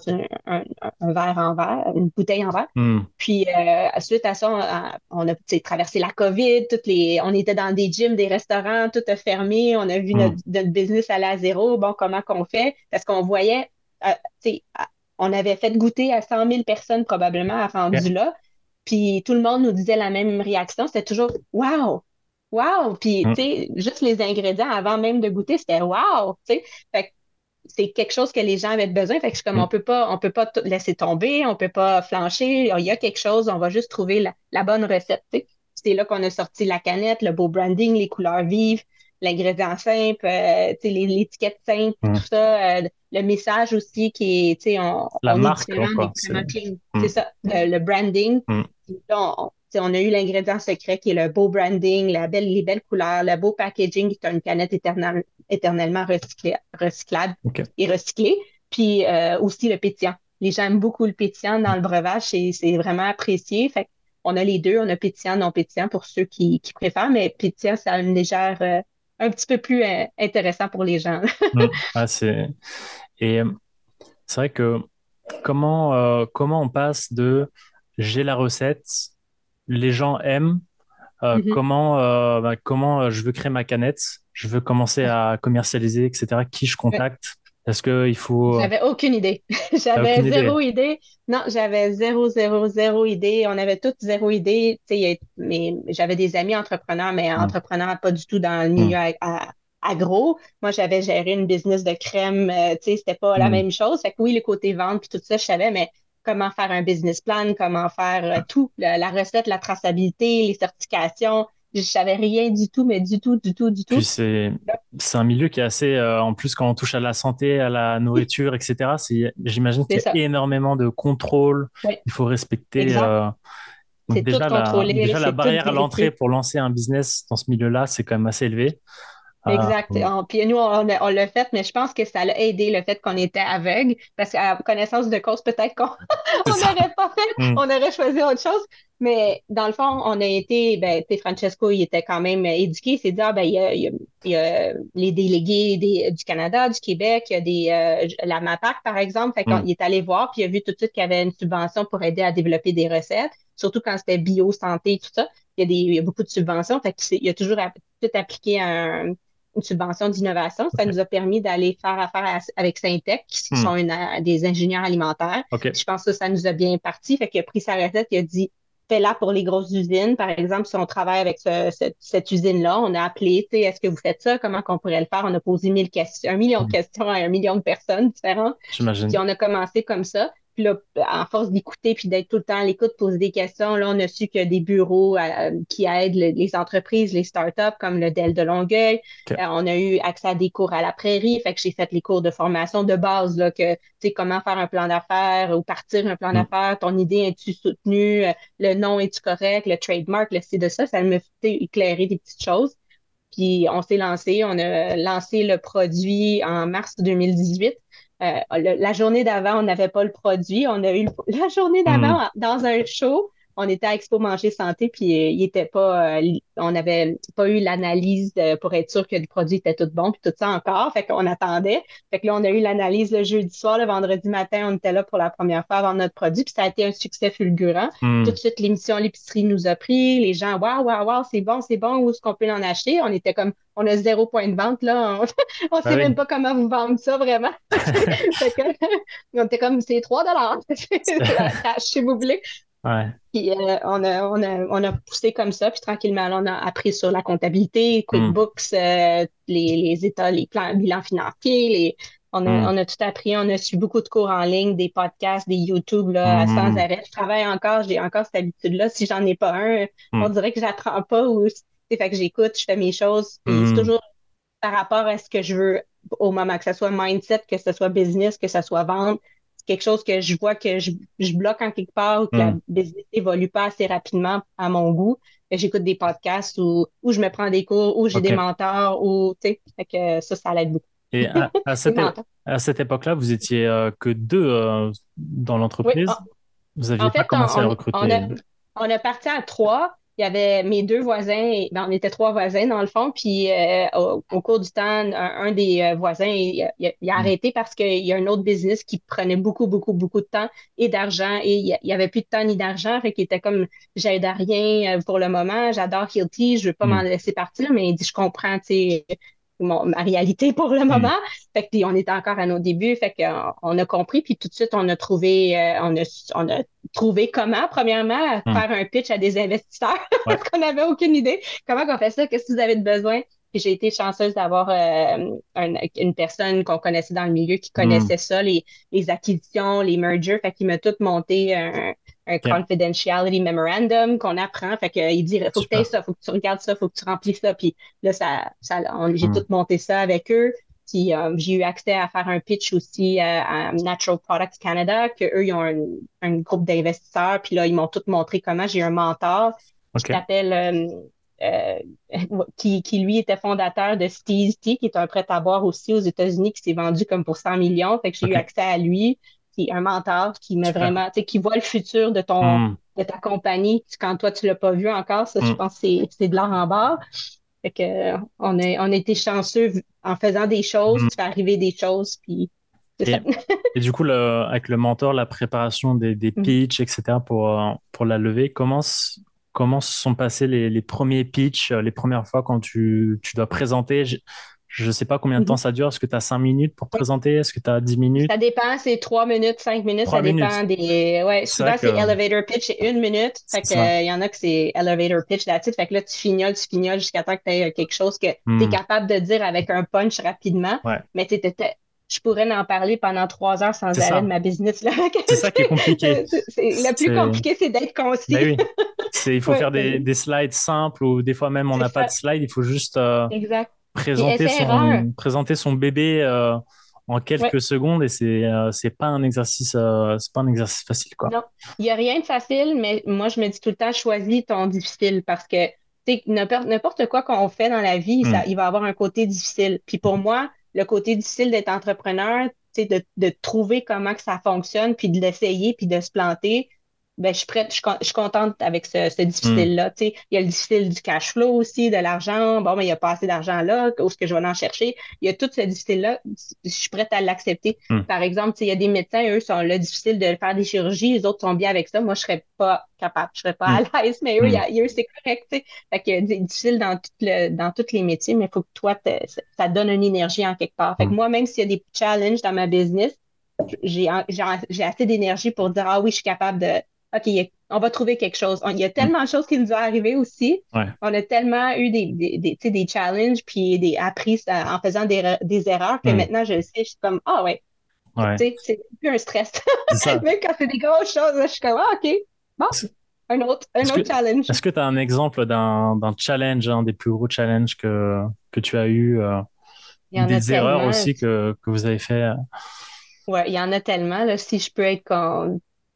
un verre en verre, une bouteille en verre.
Hmm.
Puis suite à ça, on a tu sais, traversé la COVID, on était dans des gyms, des restaurants, tout a fermé, on a vu
Hmm.
notre business aller à zéro. Bon, comment qu'on fait? Parce qu'on voyait, tu sais, on avait fait goûter à 100 000 personnes probablement à
OK.
rendu là, puis tout le monde nous disait la même réaction, c'était toujours wow, wow. Puis
Hmm.
tu sais, juste les ingrédients avant même de goûter, c'était wow, tu sais. Fait que c'est quelque chose que les gens avaient besoin. Fait que je suis comme,
Hmm.
on peut pas tout laisser tomber, on peut pas flancher. Il y a quelque chose, on va juste trouver la bonne recette, tu sais. C'est là qu'on a sorti la canette, le beau branding, les couleurs vives, l'ingrédient simple, tu sais, l'étiquette simple, puis
Hmm.
tout ça. Le message aussi qui est, tu sais,
La
on est
marque,
différent, on
quoi.
est vraiment clean.
Hmm.
C'est ça, le branding.
Hmm.
Puis là, tu sais, on a eu l'ingrédient secret qui est le beau branding, les belles couleurs, le beau packaging qui est une canette éternellement recyclable
OK.
et recyclé. Puis aussi le pétillant. Les gens aiment beaucoup le pétillant dans le breuvage, c'est vraiment apprécié. Fait on a les deux, on a pétillant, non pétillant pour ceux qui préfèrent, mais pétillant, ça a une légère, un petit peu plus intéressant pour les gens.
Hmm. Ah, et c'est vrai que comment on passe de j'ai la recette, les gens aiment,
Mhm.
comment je veux créer ma canette, je veux commencer à commercialiser, etc. Qui je
Ouais.
contacte? Est-ce qu'il faut...
J'avais aucune idée.
T'as
J'avais
aucune idée?
zéro idée. Non, j'avais zéro idée. On avait toutes zéro idée. Tu sais, mais j'avais des amis entrepreneurs, mais
Hmm.
entrepreneurs pas du tout dans le
Hmm.
milieu agro. Moi, j'avais géré une business de crème. Tu sais, c'était pas la
Hmm.
même chose. Fait que oui, le côté vente puis tout ça, je savais, mais comment faire un business plan, comment faire tout, la recette, la traçabilité, les certifications. Je savais rien du tout, mais du tout, du tout, du
Puis
tout.
c'est un milieu qui est assez, en plus quand on touche à la santé, à la
Oui,
nourriture, etc. J'imagine
c'est
qu'il y
ça.
a énormément de contrôle.
Oui,
Il faut respecter.
exact.
Donc
C'est tout contrôlé,
déjà la
c'est tout
barrière à l'entrée
vérifié.
pour lancer un business dans ce milieu-là, c'est quand même assez élevé. Euh,
Exact. Puis nous, on l'a fait, mais je pense que ça l'a aidé le fait qu'on était aveugle, parce qu'à connaissance de cause, peut-être qu'on
c'est
on
ça.
n'aurait pas fait,
Hmm.
on aurait choisi autre chose. Mais dans le fond, on a été, ben, tu sais, Francesco, il était quand même éduqué. Il s'est dit, ah, ben, il y a les délégués du Canada, du Québec, il y a la MAPAC, par exemple. Fait
Hmm.
qu'il est allé voir, puis il a vu tout de suite qu'il y avait une subvention pour aider à développer des recettes, surtout quand c'était bio, santé, tout ça. Il y a beaucoup de subventions. Fait qu'il a toujours tout appliqué une subvention d'innovation. Ça
OK.
nous a permis d'aller faire affaire avec Syntec, qui
Hmm.
sont des ingénieurs alimentaires.
OK.
Puis je pense que ça nous a bien parti. Fait qu'il a pris sa recette, il a dit, fais-la pour les grosses usines. Par exemple, si on travaille avec cette usine-là, on a appelé, tu sais, est-ce que vous faites ça? Comment qu'on pourrait le faire? On a posé 1000 questions, 1 million de
Hmm.
questions à 1 million de personnes différentes. Puis
J'imagine.
on a commencé comme ça. Puis là, en force d'écouter puis d'être tout le temps à l'écoute, poser des questions, là, on a su qu'il y a des bureaux qui aident les entreprises, les startups comme le Dell de Longueuil.
OK.
On a eu accès à des cours à la prairie. Fait que j'ai fait les cours de formation de base, là, tu sais, comment faire un plan d'affaires ou partir un plan
Hmm.
d'affaires, ton idée est-tu soutenue, le nom est-tu correct, le trademark, le ci, de ça. Ça me fait éclairer des petites choses. Puis on s'est lancé, on a lancé le produit en mars 2018. La journée d'avant, on n'avait pas le produit. On a eu la journée
Hmm.
d'avant dans un show. On était à Expo Manger Santé, puis il était pas, on n'avait pas eu l'analyse pour être sûr que le produit était tout bon, puis tout ça encore. Fait qu'on attendait. Fait que là, on a eu l'analyse le jeudi soir, le vendredi matin, on était là pour la première fois avant notre produit, puis ça a été un succès fulgurant. Tout
Hmm.
de suite, l'émission L'épicerie nous a pris. Les gens, waouh, waouh, waouh, c'est bon, où est-ce qu'on peut en acheter? On était comme, on a 0 point de vente, là. On
Bah
sait même
oui.
pas comment vous vendre ça, vraiment. Fait que, on était comme, c'est 3 $ cash, si vous voulez.
Ouais.
Puis on a poussé comme ça, puis tranquillement, là, on a appris sur la comptabilité,
Hmm.
QuickBooks, les états, les plans, bilans financiers,
Hmm.
on a tout appris, on a su beaucoup de cours en ligne, des podcasts, des YouTube là, sans
Hmm.
arrêt. Je travaille encore, j'ai encore cette habitude-là. Si j'en ai pas un, on
Hmm.
dirait que j'apprends pas ou fait que j'écoute, je fais mes choses, puis c'est
Hmm.
toujours par rapport à ce que je veux au moment, que ce soit mindset, que ce soit business, que ce soit vente. C'est quelque chose que je vois que je bloque en quelque part ou que la
Hmm.
business évolue pas assez rapidement à mon goût. Fait que j'écoute des podcasts ou je me prends des cours ou j'ai des
Ok.
mentors ou, tu sais, fait que ça l'aide beaucoup.
Et
Des mentors.
à cette époque-là, vous étiez que deux dans
Oui,
l'entreprise. Vous
en
n'aviez pas
fait,
commencé à recruter.
on a parti à trois. Il y avait mes deux voisins, ben, on était trois voisins dans le fond, puis au cours du temps, un des voisins, il a
Hmm.
arrêté parce qu'il y a un autre business qui prenait beaucoup, beaucoup, beaucoup de temps et d'argent, et il y avait plus de temps ni d'argent, fait qu'il était comme, j'aide à rien pour le moment, j'adore Hilti, je veux pas m'en
Hmm.
laisser partir, mais il dit, je comprends, tu sais, ma réalité pour le
Hmm.
moment. Fait que, puis on était encore à nos débuts, fait qu'on on a compris, puis tout de suite, on a trouvé, on a trouver comment, premièrement,
Hmm.
faire un pitch à des investisseurs
Ouais.
parce qu'on n'avait aucune idée. Comment on fait ça? Qu'est-ce que vous avez de besoin? Puis j'ai été chanceuse d'avoir une personne qu'on connaissait dans le milieu qui
Hmm.
connaissait ça, les acquisitions, les mergers. Fait qu'il m'a tout monté un
Ok.
confidentiality memorandum qu'on apprend. Fait qu'il dit, faut que tu aies
Super.
ça, faut que tu regardes ça, faut que tu remplis ça. Puis là, j'ai
Hmm.
tout monté ça avec eux. Puis j'ai eu accès à faire un pitch aussi à Natural Products Canada, qu'eux, ils ont un groupe d'investisseurs. Puis là, ils m'ont tout montré comment. J'ai un mentor qui
Ok.
s'appelle, euh, qui lui était fondateur de Steez Tea, qui est un prêt-à-boire aussi aux États-Unis, qui s'est vendu comme pour 100 millions. Fait que j'ai eu
Ok.
accès à lui, qui est un mentor qui m'a
Super.
vraiment, tu sais, qui voit le futur
Hmm.
de ta compagnie quand toi, tu l'as pas vu encore. Ça, je
Hmm.
pense que c'est de l'or en barre. Fait que, on a été chanceux en faisant des choses,
Hmm.
tu fais arriver des choses, puis c'est ça.
Et, et du coup, avec le mentor, la préparation des
Mhm.
pitchs, etc., pour la levée, comment se sont passés les premiers pitchs, les premières fois quand tu dois présenter? Je ne sais pas combien de temps
Mhm.
ça dure. Est-ce que tu as 5 minutes pour
Oui.
présenter? Est-ce que tu as 10 minutes?
Ça dépend, c'est 3 minutes, 5 minutes, ça
3 minutes.
dépend des. Ouais,
C'est vrai
souvent c'est
que
elevator pitch, c'est 1 minute. Fait
c'est
que,
ça.
il y en a que c'est elevator pitch là-dessus. Fait que là, tu fignoles jusqu'à temps que tu aies quelque chose que tu es
Hmm.
capable de dire avec un punch rapidement.
Ouais,
Mais tu sais, je pourrais en parler pendant 3 heures sans
c'est
arrêt de
ça.
ma business, là.
C'est ça qui est compliqué.
Le plus
C'est,
compliqué, c'est d'être
ben
concis.
oui. Il faut
Oui,
faire des slides simples ou des fois même on
c'est
n'a pas de
ça.
slides. Il faut juste
Exact. Puis essai-erreur.
présenter son bébé en
Ouais.
quelques secondes et c'est pas un exercice facile quoi.
Non, il n'y a rien de facile, mais moi, je me dis tout le temps, choisis ton difficile parce que tu sais, n'importe quoi qu'on fait dans la vie,
Hmm.
il va avoir un côté difficile. Puis pour moi, le côté difficile d'être entrepreneur, tu sais, de trouver comment que ça fonctionne, puis de l'essayer, puis de se planter, ben, je suis prête, je suis contente avec ce
Hmm.
difficile-là. Tu sais, il y a le difficile du cash flow aussi, de l'argent. Bon, mais il n'y a pas assez d'argent là, où est-ce que je vais en chercher? Il y a tout ce difficile-là, je suis prête à l'accepter.
Hmm.
Par exemple, tu sais, il y a des médecins, eux, sont là, difficile de faire des chirurgies, les autres sont bien avec ça. Moi, je serais pas capable, je serais pas
Hmm.
à l'aise, mais eux,
Hmm.
eux, c'est correct, tu sais. Fait que c'est difficile dans tous les métiers, mais il faut que toi, ça te donne une énergie en quelque part. Fait que
Hmm.
moi, même s'il y a des challenges dans ma business, j'ai assez d'énergie pour dire, ah oui, je suis capable de, OK, on va trouver quelque chose. Il y a
Hmm.
tellement de choses qui nous sont arrivées aussi.
Ouais,
On a tellement eu tu sais, des challenges, puis appris en faisant des erreurs que
Hmm.
maintenant, je le sais, je suis comme, ah ouais, tu
Ouais,
sais, c'est plus un stress.
c'est ça.
Même quand c'est des grosses choses, là, je suis comme, ah, OK, bon,
Est-ce
un
est-ce que
autre challenge.
est-ce que tu as un exemple d'un challenge, un des plus gros challenges que tu as eu
Il y
ou
en a
des erreurs
tellement.
aussi que vous avez fait?
Ouais, il y en a tellement, là, si je peux être comme.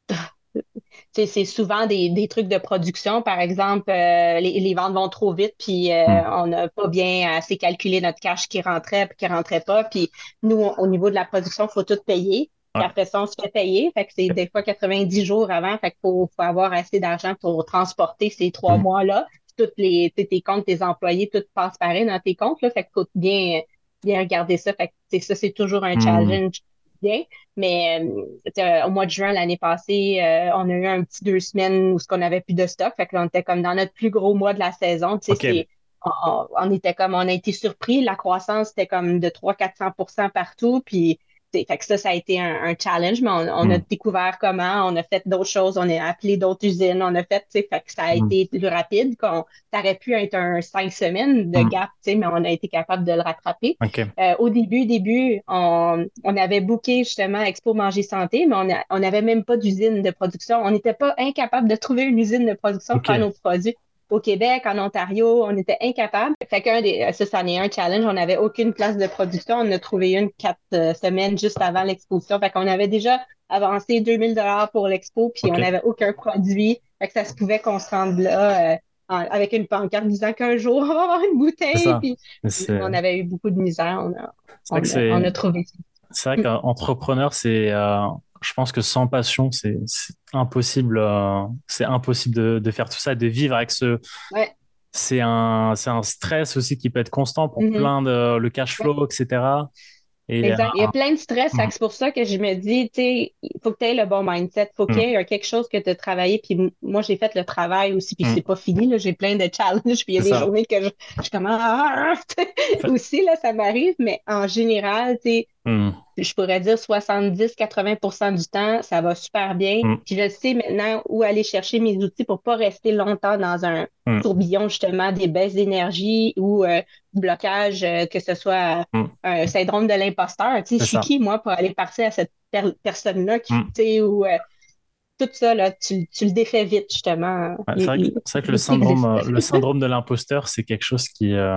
C'est souvent des trucs de production. Par exemple, les ventes vont trop vite, puis
Hmm.
on n'a pas bien assez calculé notre cash qui rentrait puis qui rentrait pas. Puis nous, au niveau de la production, il faut tout payer. Puis
Ouais.
après ça, on se fait payer. Fait que c'est des fois 90 jours avant. Fait qu'il faut avoir assez d'argent pour transporter ces trois
Hmm.
mois-là. Puis tes comptes, tes employés, tout passe pareil dans tes comptes, là. Fait qu'il faut bien regarder ça. Fait que ça, c'est toujours un
Hmm.
challenge bien. Mais au mois de juin l'année passée, on a eu un petit 2 semaines où on n'avait plus de stock. Fait que là, on était comme dans notre plus gros mois de la saison. Tu sais,
Ok.
on était comme, on a été surpris. La croissance était comme de 300-400% partout. Puis Fait que ça a été un challenge, mais on a
Hmm.
découvert comment, on a fait d'autres choses, on a appelé d'autres usines, on a fait, tu sais, fait que ça a
Hmm.
été plus rapide. Ça aurait pu être un 5 semaines de
Hmm.
gap, tu sais, mais on a été capable de le rattraper.
OK.
Au début, on avait booké justement Expo Manger Santé, mais on n'avait même pas d'usine de production. On n'était pas incapable de trouver une usine de production pour faire
OK.
nos produits. Au Québec, en Ontario, on était incapable. Fait ça, c'en est un challenge. On n'avait aucune place de production. On a trouvé une 4 semaines juste avant l'exposition. Fait qu'on avait déjà avancé 2000 $ pour l'expo, puis on
OK.
n'avait aucun produit. Fait que ça se pouvait qu'on se rende là avec une pancarte disant qu'un jour, on va avoir une
C'est
bouteille.
ça.
Puis
Mais
on avait eu beaucoup de misère.
c'est vrai que
On a trouvé ça.
c'est vrai
Mm.
qu'entrepreneur, je pense que sans passion, c'est impossible, c'est impossible de faire tout ça, de vivre avec
Ouais.
c'est un stress aussi qui peut être constant pour
Mhm.
plein de, le cash
Ouais.
flow, etc. Et,
Exact. Il y a plein de stress. Fait
mm,
que c'est pour ça que je me dis, tu sais, il faut que tu aies le bon mindset. Faut qu'il
mm,
y ait quelque chose que tu as travaillé. Puis moi, j'ai fait le travail aussi. Puis
mm,
c'est pas fini, là. J'ai plein de challenges. Puis il y a
c'est
des
ça.
journées que je suis comme, ah,
En fait,
aussi, là, ça m'arrive. Mais en général, tu sais,
mm,
je pourrais dire 70-80% du temps, ça va super bien.
mm,
Puis je sais maintenant où aller chercher mes outils pour pas rester longtemps dans un
mm,
tourbillon, justement, des baisses d'énergie ou du blocage, que ce soit
mm,
un syndrome de l'imposteur. Tu sais, je
c'est
suis
ça.
qui, moi, pour aller partir à cette personne-là qui,
Mm.
tu sais, ou tout ça, là, tu le défais vite, justement,
Ouais, c'est vrai que
les trucs difficiles.
le syndrome de l'imposteur, c'est quelque chose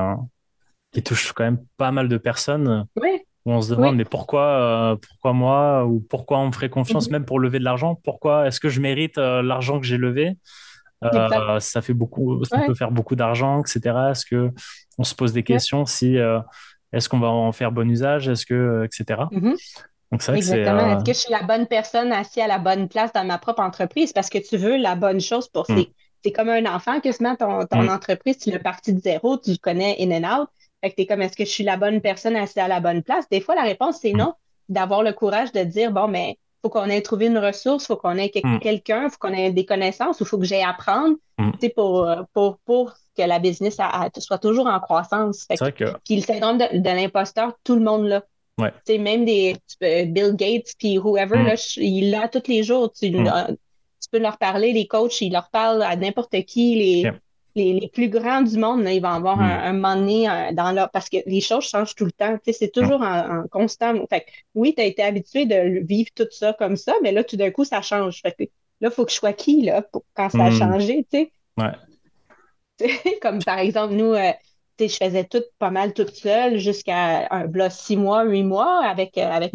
qui touche quand même pas mal de personnes,
Oui,
où on se demande,
oui.
mais pourquoi moi, ou pourquoi on me ferait confiance
Mhm.
même pour lever de l'argent? Pourquoi est-ce que je mérite l'argent que j'ai levé?
Exact.
Ça peut
Ouais,
faire beaucoup d'argent, etc. Est-ce que on se pose des
ouais.
questions si est-ce qu'on va en faire bon usage? Est-ce que, etc.
Mhm.
Donc c'est vrai que c'est
Exactement. Est-ce que je suis la bonne personne assise à la bonne place dans ma propre entreprise? Parce que tu veux la bonne chose pour
hum,
c'est comme un enfant que ton
hum,
entreprise, tu l'as parti de zéro, tu le connais in and out. Fait que t'es comme, est-ce que je suis la bonne personne assise à la bonne place? Des fois, la réponse, c'est
hum,
non. D'avoir le courage de dire, bon, mais faut qu'on ait trouvé une ressource, faut qu'on ait
hum,
quelqu'un, faut qu'on ait des connaissances, ou faut que j'aille apprendre,
hum.
tu sais, pour que la business soit toujours en croissance. Fait
C'est
que,
vrai que
puis le syndrome de l'imposteur, tout le monde l'a.
ouais.
Tu sais, même Bill Gates puis whoever, là,
Hum,
il l'a tous les jours.
hum,
Tu peux leur parler, les coachs, ils leur parlent à n'importe qui,
ok,
les plus grands du monde, là, ils vont avoir
hum,
un moment donné dans leur. Parce que les choses changent tout le temps. Tu sais, c'est
hum,
toujours en constant. Fait que, oui, tu as été habitué de vivre tout ça comme ça, mais là, tout d'un coup, ça change. Fait que là, il faut que je sois qui, là, quand ça a
hum,
changé, tu sais.
ouais.
Comme par exemple, nous, tu sais, je faisais tout pas mal toute seule jusqu'à v'là 6 mois, 8 mois avec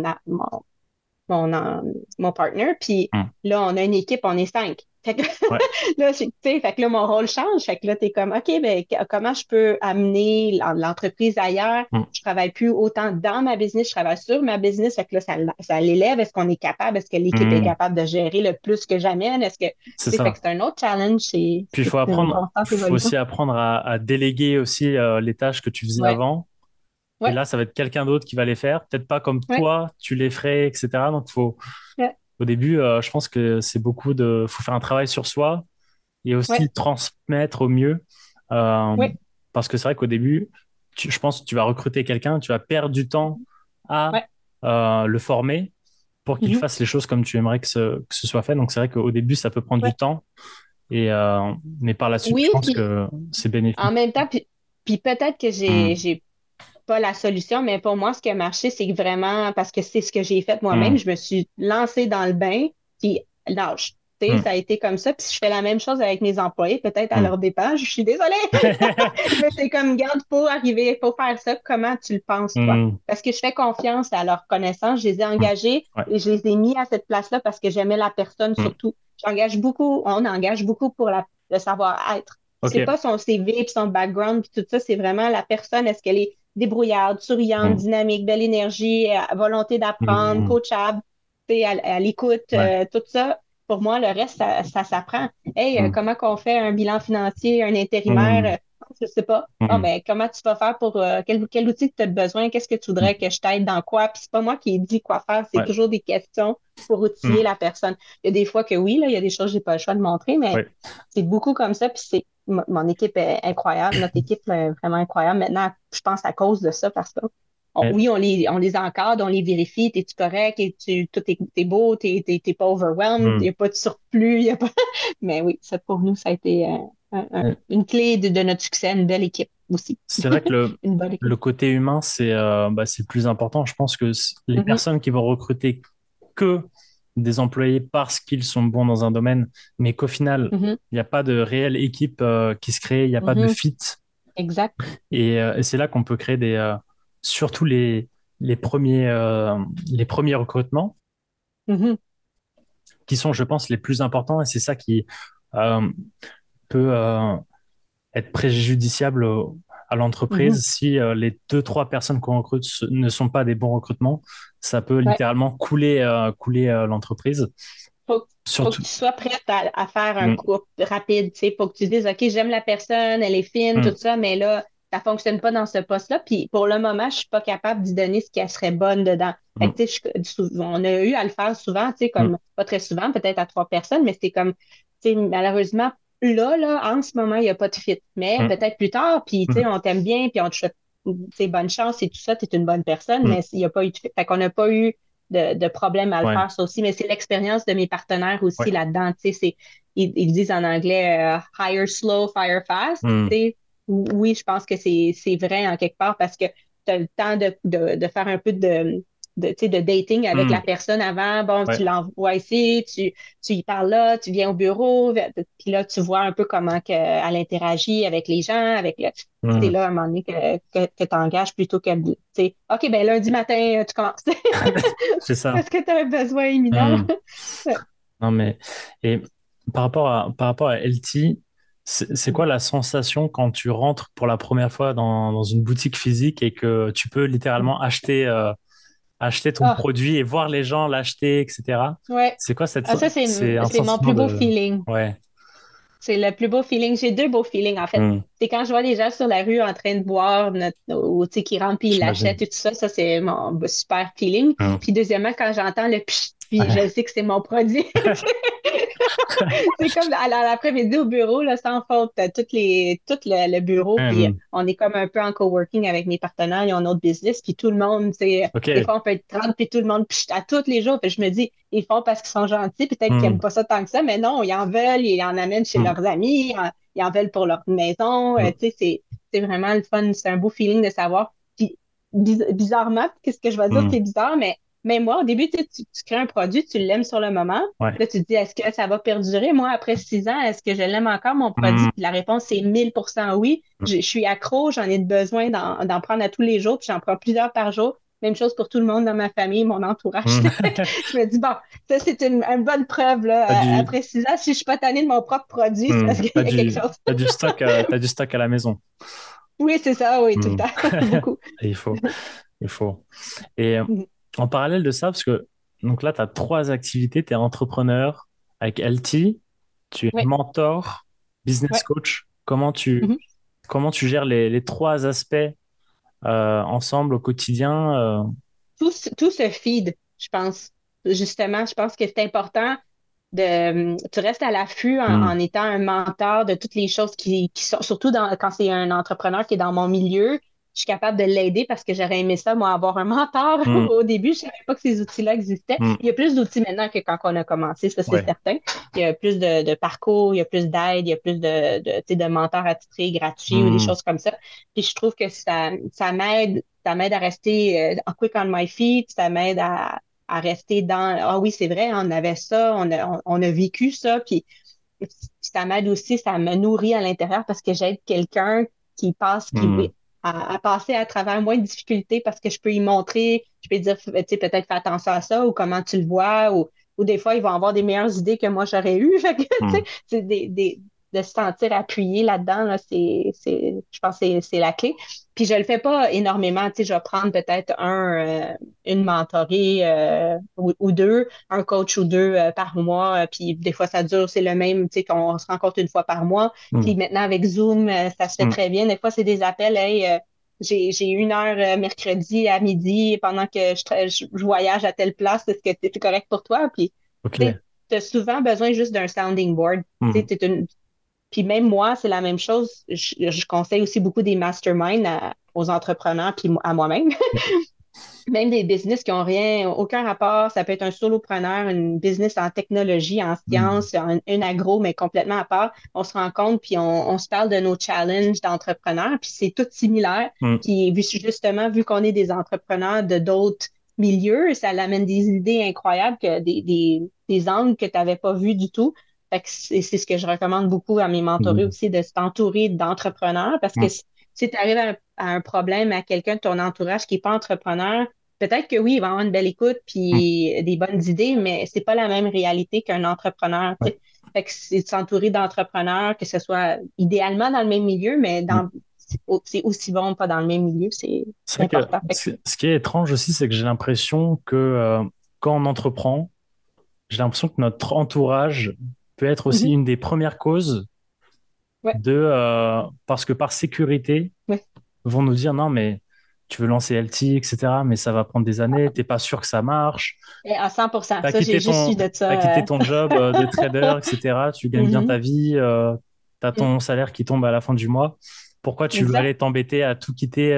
mon partner. Puis
Hum,
là, on a une équipe, on est 5. Fait que
ouais.
là, tu sais, fait que là, mon rôle change. Fait que là, t'es comme, OK, ben, comment je peux amener l'entreprise ailleurs?
Hum,
Je travaille plus autant dans ma business, je travaille sur ma business. Fait que là, ça l'élève. Est-ce qu'on est capable? Est-ce que l'équipe est
hum,
capable de gérer le plus que j'amène? Tu
c'est
sais, fait que
ça.
c'est un autre challenge.
Puis
C'est une constante
faut
évolution.
aussi apprendre à déléguer aussi les tâches que tu faisais
Ouais,
avant. Et
ouais,
là, ça va être quelqu'un d'autre qui va les faire. Peut-être pas comme
ouais,
toi, tu les ferais, etc. Donc,
ouais,
au début, je pense que faut faire un travail sur soi et
ouais,
aussi transmettre au mieux. Euh,
ouais,
Parce que c'est vrai qu'au début, je pense que tu vas recruter quelqu'un, tu vas perdre du temps à
ouais.
le former pour qu'il
Mhm.
fasse les choses comme tu aimerais que ce soit fait. Donc, c'est vrai qu'au début, ça peut prendre du
Ouais.
temps. Mais par la suite, je
Oui,
pense
puis
que c'est
en
bénéfique.
même temps, puis peut-être que
Hmm,
j'ai pas la solution, mais pour moi, ce qui a marché, c'est que vraiment, parce que c'est ce que j'ai fait moi-même,
hmm,
je me suis lancée dans le bain, puis nage. Tu sais,
hmm,
ça a été comme ça. Puis je fais la même chose avec mes employés, peut-être à
hmm.
leur dépens. Je suis désolée, mais c'est comme, garde, pour arriver, pour faire ça, comment tu le penses, toi?
Hmm,
Parce que je fais confiance à leur connaissance, je les ai
hmm.
engagés
Ouais.
et je les ai mis à cette place-là parce que j'aimais la personne
Hmm.
surtout. On engage beaucoup pour le savoir-être. C'est
Ok.
pas son CV puis son background puis tout ça, c'est vraiment la personne. Est-ce qu'elle est débrouillarde, souriante,
Hmm,
dynamique, belle énergie, volonté d'apprendre,
hmm.
coachable, tu sais, à l'écoute,
Ouais.
tout ça. Pour moi, le reste, ça s'apprend. Hey,
Hmm,
comment qu'on fait un bilan financier, un intérimaire?
hmm,
Je sais pas. Ah,
hmm,
ben, comment tu vas faire pour quel outil que tu as besoin? Qu'est-ce que tu
hmm.
voudrais que je t'aide dans quoi? Puis c'est pas moi qui ai dit quoi faire, c'est
Ouais.
toujours des questions pour outiller
Hmm,
la personne. Il y a des fois que oui, là, il y a des choses que j'ai pas le choix de montrer, mais
ouais.
c'est beaucoup comme ça. Puis mon équipe est incroyable. Notre équipe est vraiment incroyable. Maintenant, je pense à cause de ça, parce que
Mais
oui, on les encadre, on les vérifie, t'es-tu correct, et tout est beau, t'es pas overwhelmed, il
hmm.
n'y a pas de surplus, y a pas... Mais oui, ça pour nous, ça a été une clé de notre succès, une belle équipe aussi.
C'est vrai que
Une bonne
le
équipe.
côté humain, c'est le plus important. Je pense que les
Mhm,
personnes qui vont recruter que des employés parce qu'ils sont bons dans un domaine, mais qu'au final,
mhm,
il n'y a pas de réelle équipe qui se crée, il n'y a pas de
mhm.
fit.
Exact.
Et c'est là qu'on peut créer surtout les les premiers recrutements
Mhm,
qui sont, je pense, les plus importants. Et c'est ça qui euh, peut être préjudiciable à
mhm.
l'entreprise si les deux, trois personnes qu'on recrute ne sont pas des bons recrutements. Ça peut
Ouais.
littéralement couler l'entreprise.
Faut, faut que
Surtout.
tu sois prête à faire un
Mm,
couple rapide, tu sais. Faut que tu dises, OK, j'aime la personne, elle est fine, tout
mm,
ça, mais là, ça fonctionne pas dans ce poste-là. Puis pour le moment, je suis pas capable d'y donner ce qu'elle serait bonne dedans. Fait
mm,
que, tu sais, on a eu à le faire souvent, tu sais,
mm,
comme, pas très souvent, peut-être à 3 personnes, mais c'était comme, tu sais, malheureusement, là, en ce moment, il n'y a pas de fit. Mais
mm,
peut-être plus tard, puis, tu sais,
mm,
on t'aime bien, puis on te souhaite, tu sais, bonne chance et tout ça, tu es une bonne personne,
mm.
mais il n'y a pas eu de fit. Fait qu'on n'a pas eu de problème à le
Ouais,
faire, ça aussi. Mais c'est l'expérience de mes partenaires aussi
ouais.
là-dedans. Tu sais, ils disent en anglais hire slow, fire fast.
Mm,
Tu sais, oui, je pense que c'est vrai en quelque part parce que tu as le temps de faire un peu tu sais, de dating avec la
mm.
personne avant. Bon, tu
Ouais.
l'envoies ici, tu y parles là, tu viens au bureau, puis là, tu vois un peu comment elle interagit avec les gens, avec le. C'est
Mm.
là, à un moment donné, que tu engages plutôt que, tu sais, OK, ben lundi matin, tu commences.
C'est ça.
Est-ce que tu as un besoin imminent, là?
Mm.
Ouais.
Non, mais et par rapport à LT, c'est quoi la sensation quand tu rentres pour la première fois dans une boutique physique et que tu peux littéralement acheter ton
Ah,
produit et voir les gens l'acheter, etc.
ouais.
C'est quoi
Ah, ça,
c'est un
c'est mon
sentiment
plus beau
de...
feeling.
Ouais.
C'est le plus beau feeling. J'ai deux beaux feelings, en fait.
Mm.
C'est quand je vois les gens sur la rue en train de boire, ou tu sais, qui rentrent puis ils
J'imagine.
l'achètent et tout ça. Ça, c'est mon super feeling.
Mm.
Puis deuxièmement, quand j'entends le pchit, puis je
Ouais.
sais que c'est mon produit. C'est comme à l'après-midi au bureau, là, sans faute, tout le bureau, puis
Mm.
on est comme un peu en coworking avec mes partenaires, ils ont notre business, puis tout le monde, des
Ok.
fois on peut être 30, puis tout le monde, puis à tous les jours, puis je me dis, ils font parce qu'ils sont gentils, peut-être qu'ils
Mm.
n'aiment pas ça tant que ça, mais non, ils en veulent, ils en amènent chez
Mm.
leurs amis, ils en veulent pour leur maison,
Mm.
tu sais, c'est vraiment le fun, c'est un beau feeling de savoir. Puis bizarrement, qu'est-ce que je vais dire,
Mm.
c'est bizarre, mais moi, au début, tu sais, tu crées un produit, tu l'aimes sur le moment.
Ouais.
Là, tu te dis, est-ce que ça va perdurer? Moi, après 6 ans, est-ce que je l'aime encore, mon produit?
Mm.
Puis la réponse, c'est 1000% oui. Je suis accro, j'en ai besoin d'en prendre à tous les jours, puis j'en prends plusieurs par jour. Même chose pour tout le monde dans ma famille, mon entourage.
Mm.
Je me dis, bon, ça, c'est une bonne preuve, là.
T'as du,
Après 6 ans, si je suis pas tannée de mon propre produit, c'est parce qu'il y a quelque chose.
t'as du stock à la maison.
Oui, c'est ça, oui, tout le
Mm.
temps. Beaucoup.
Et il faut. Et en parallèle de ça, parce que donc là, tu as trois activités. Tu es entrepreneur avec LT, tu es
Oui,
mentor, business
oui.
coach. Comment tu gères les trois aspects ensemble au quotidien
Tout se feed, je pense. Justement, je pense que c'est important tu restes à l'affût
hmm,
en étant un mentor de toutes les choses qui sont, surtout quand c'est un entrepreneur qui est dans mon milieu, je suis capable de l'aider parce que j'aurais aimé ça, moi, avoir un mentor
hmm,
au début. Je savais pas que ces outils-là existaient.
hmm,
Il y a plus d'outils maintenant que quand on a commencé, ça, c'est
ouais.
certain. Il y a plus de parcours, il y a plus d'aide, il y a plus tu sais, de mentors attitrés gratuits ou des
Hmm,
choses comme ça. Puis je trouve que ça m'aide à rester quick on my feet, ça m'aide à rester dans ah oui, c'est vrai, on avait ça, on a vécu ça, puis ça m'aide aussi, ça me nourrit à l'intérieur parce que j'aide quelqu'un
hmm,
à passer à travers moins de difficultés parce que je peux y montrer, je peux dire, tu sais, peut-être fais attention à ça ou comment tu le vois ou des fois, ils vont avoir des meilleures idées que moi j'aurais eues. Fait que, tu sais,
hmm,
c'est de se sentir appuyé là-dedans, là, je pense que c'est la clé. Puis je le fais pas énormément, tu sais, je vais prendre peut-être une mentorée ou deux, un coach ou deux par mois, puis des fois ça dure, c'est le même, tu sais, qu'on se rencontre une fois par mois.
hmm,
Puis maintenant avec Zoom, ça se fait
hmm.
très bien. Des fois, c'est des appels, hey, j'ai 1 heure mercredi à midi pendant que je voyage à telle place, est-ce que c'est correct pour toi? Puis tu
Ok.
as souvent besoin juste d'un sounding board. Tu
Hmm,
sais, puis même moi, c'est la même chose. Je conseille aussi beaucoup des masterminds aux entrepreneurs puis à moi-même. Même des business qui ont rien, aucun rapport. Ça peut être un solopreneur, une business en technologie, en
Mm.
sciences, une agro, mais complètement à part. On se rencontre puis on se parle de nos challenges d'entrepreneurs, puis c'est tout similaire.
Mm.
Puis justement, vu qu'on est des entrepreneurs de d'autres milieux, ça l'amène des idées incroyables, des angles que tu n'avais pas vus du tout. Fait que c'est ce que je recommande beaucoup à mes mentorés
Mm.
aussi, de s'entourer d'entrepreneurs, parce que
Mm.
si tu arrives à un problème à quelqu'un de ton entourage qui n'est pas entrepreneur, peut-être que oui, il va avoir une belle écoute
Mm.
puis des bonnes idées, mais c'est pas la même réalité qu'un entrepreneur, tu
Ouais.
sais. Fait que c'est de s'entourer d'entrepreneurs, que ce soit idéalement dans le même milieu, mais
Mm.
c'est aussi bon pas dans le même milieu,
C'est
c'est
vrai que
important. Fait que,
ce qui est étrange aussi, c'est que j'ai l'impression que quand on entreprend, j'ai l'impression que notre entourage peut être aussi
mhm,
une des premières causes
ouais,
parce que par sécurité,
ouais.
vont nous dire non, mais tu veux lancer LT, etc., mais ça va prendre des années, t'es pas sûr que ça marche,
Et à 100%.
t'as
Ça, j'ai
quitté
juste su
ton,
de
t'as
ça.
quitté ton job de trader, etc., tu gagnes bien ta
Mhm,
vie, t'as ton salaire qui tombe à la fin du mois, pourquoi tu veux
exact.
aller t'embêter à tout quitter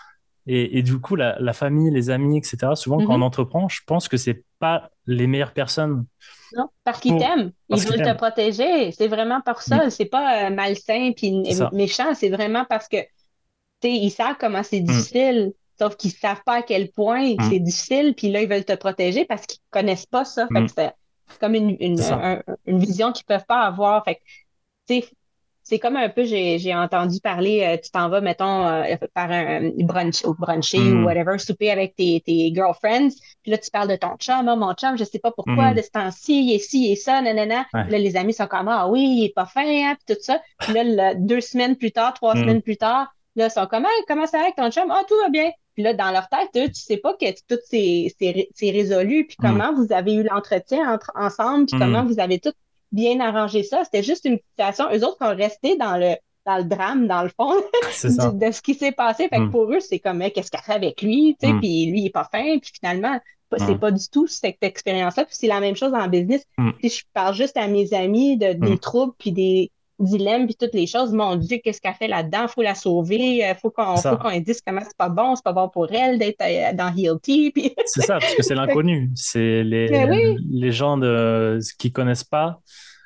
et du coup, la famille, les amis, etc., souvent quand on
Mhm.
entreprend, je pense que c'est pas les meilleures personnes
Non, parce qu'ils
pour,
t'aiment. Ils
parce qu'ils
veulent te
t'aiment.
protéger. C'est vraiment pour ça.
Mm.
C'est pas malsain puis
C'est ça.
méchant. C'est vraiment parce que tu sais, ils savent comment c'est
Mm.
difficile, sauf qu'ils savent pas à quel point
Mm.
c'est difficile, puis là, ils veulent te protéger parce qu'ils connaissent pas ça. Fait
Mm.
que c'est comme
C'est ça.
une vision qu'ils peuvent pas avoir. Fait que, tu sais, c'est comme un peu, j'ai entendu parler, tu t'en vas, mettons, faire un brunch ou bruncher ou
Mm.
whatever, souper avec tes girlfriends, puis là, tu parles de ton chum, ah, mon chum, je sais pas pourquoi,
Mm.
de ce temps-ci, il est ci, il est ça, nanana. Puis
Ouais.
là, les amis sont comme, ah oui, il est pas fin, hein, puis tout ça. Puis là, 2 semaines plus tard, trois
Mm.
semaines plus tard, là, ils sont comme, hey, comment ça va avec ton chum? Ah, tout va bien. Puis là, dans leur tête, eux, tu sais pas que tout c'est résolu, puis
Mm.
comment vous avez eu l'entretien ensemble, puis comment
Mm.
vous avez tout bien arrangé ça. C'était juste une situation. Eux autres sont restés dans le drame, dans le fond,
C'est ça.
de ce qui s'est passé. Fait que
Mm.
pour eux, c'est comme, qu'est-ce qu'elle fait avec lui, tu sais,
Mm.
puis lui, il est pas fin, puis finalement, c'est
Mm.
pas du tout cette expérience-là. Puis c'est la même chose en business.
Mm.
Si je parle juste à mes amis
Mm.
des troubles, puis des dilemmes, puis toutes les choses, mon Dieu, qu'est-ce qu'elle fait là-dedans? Faut la sauver,
C'est
faut
ça.
qu'on lui dise comment c'est pas bon pour elle d'être dans Healty, puis
C'est ça, parce que c'est
fait que,
l'inconnu. C'est
mais oui,
les gens qui connaissent pas,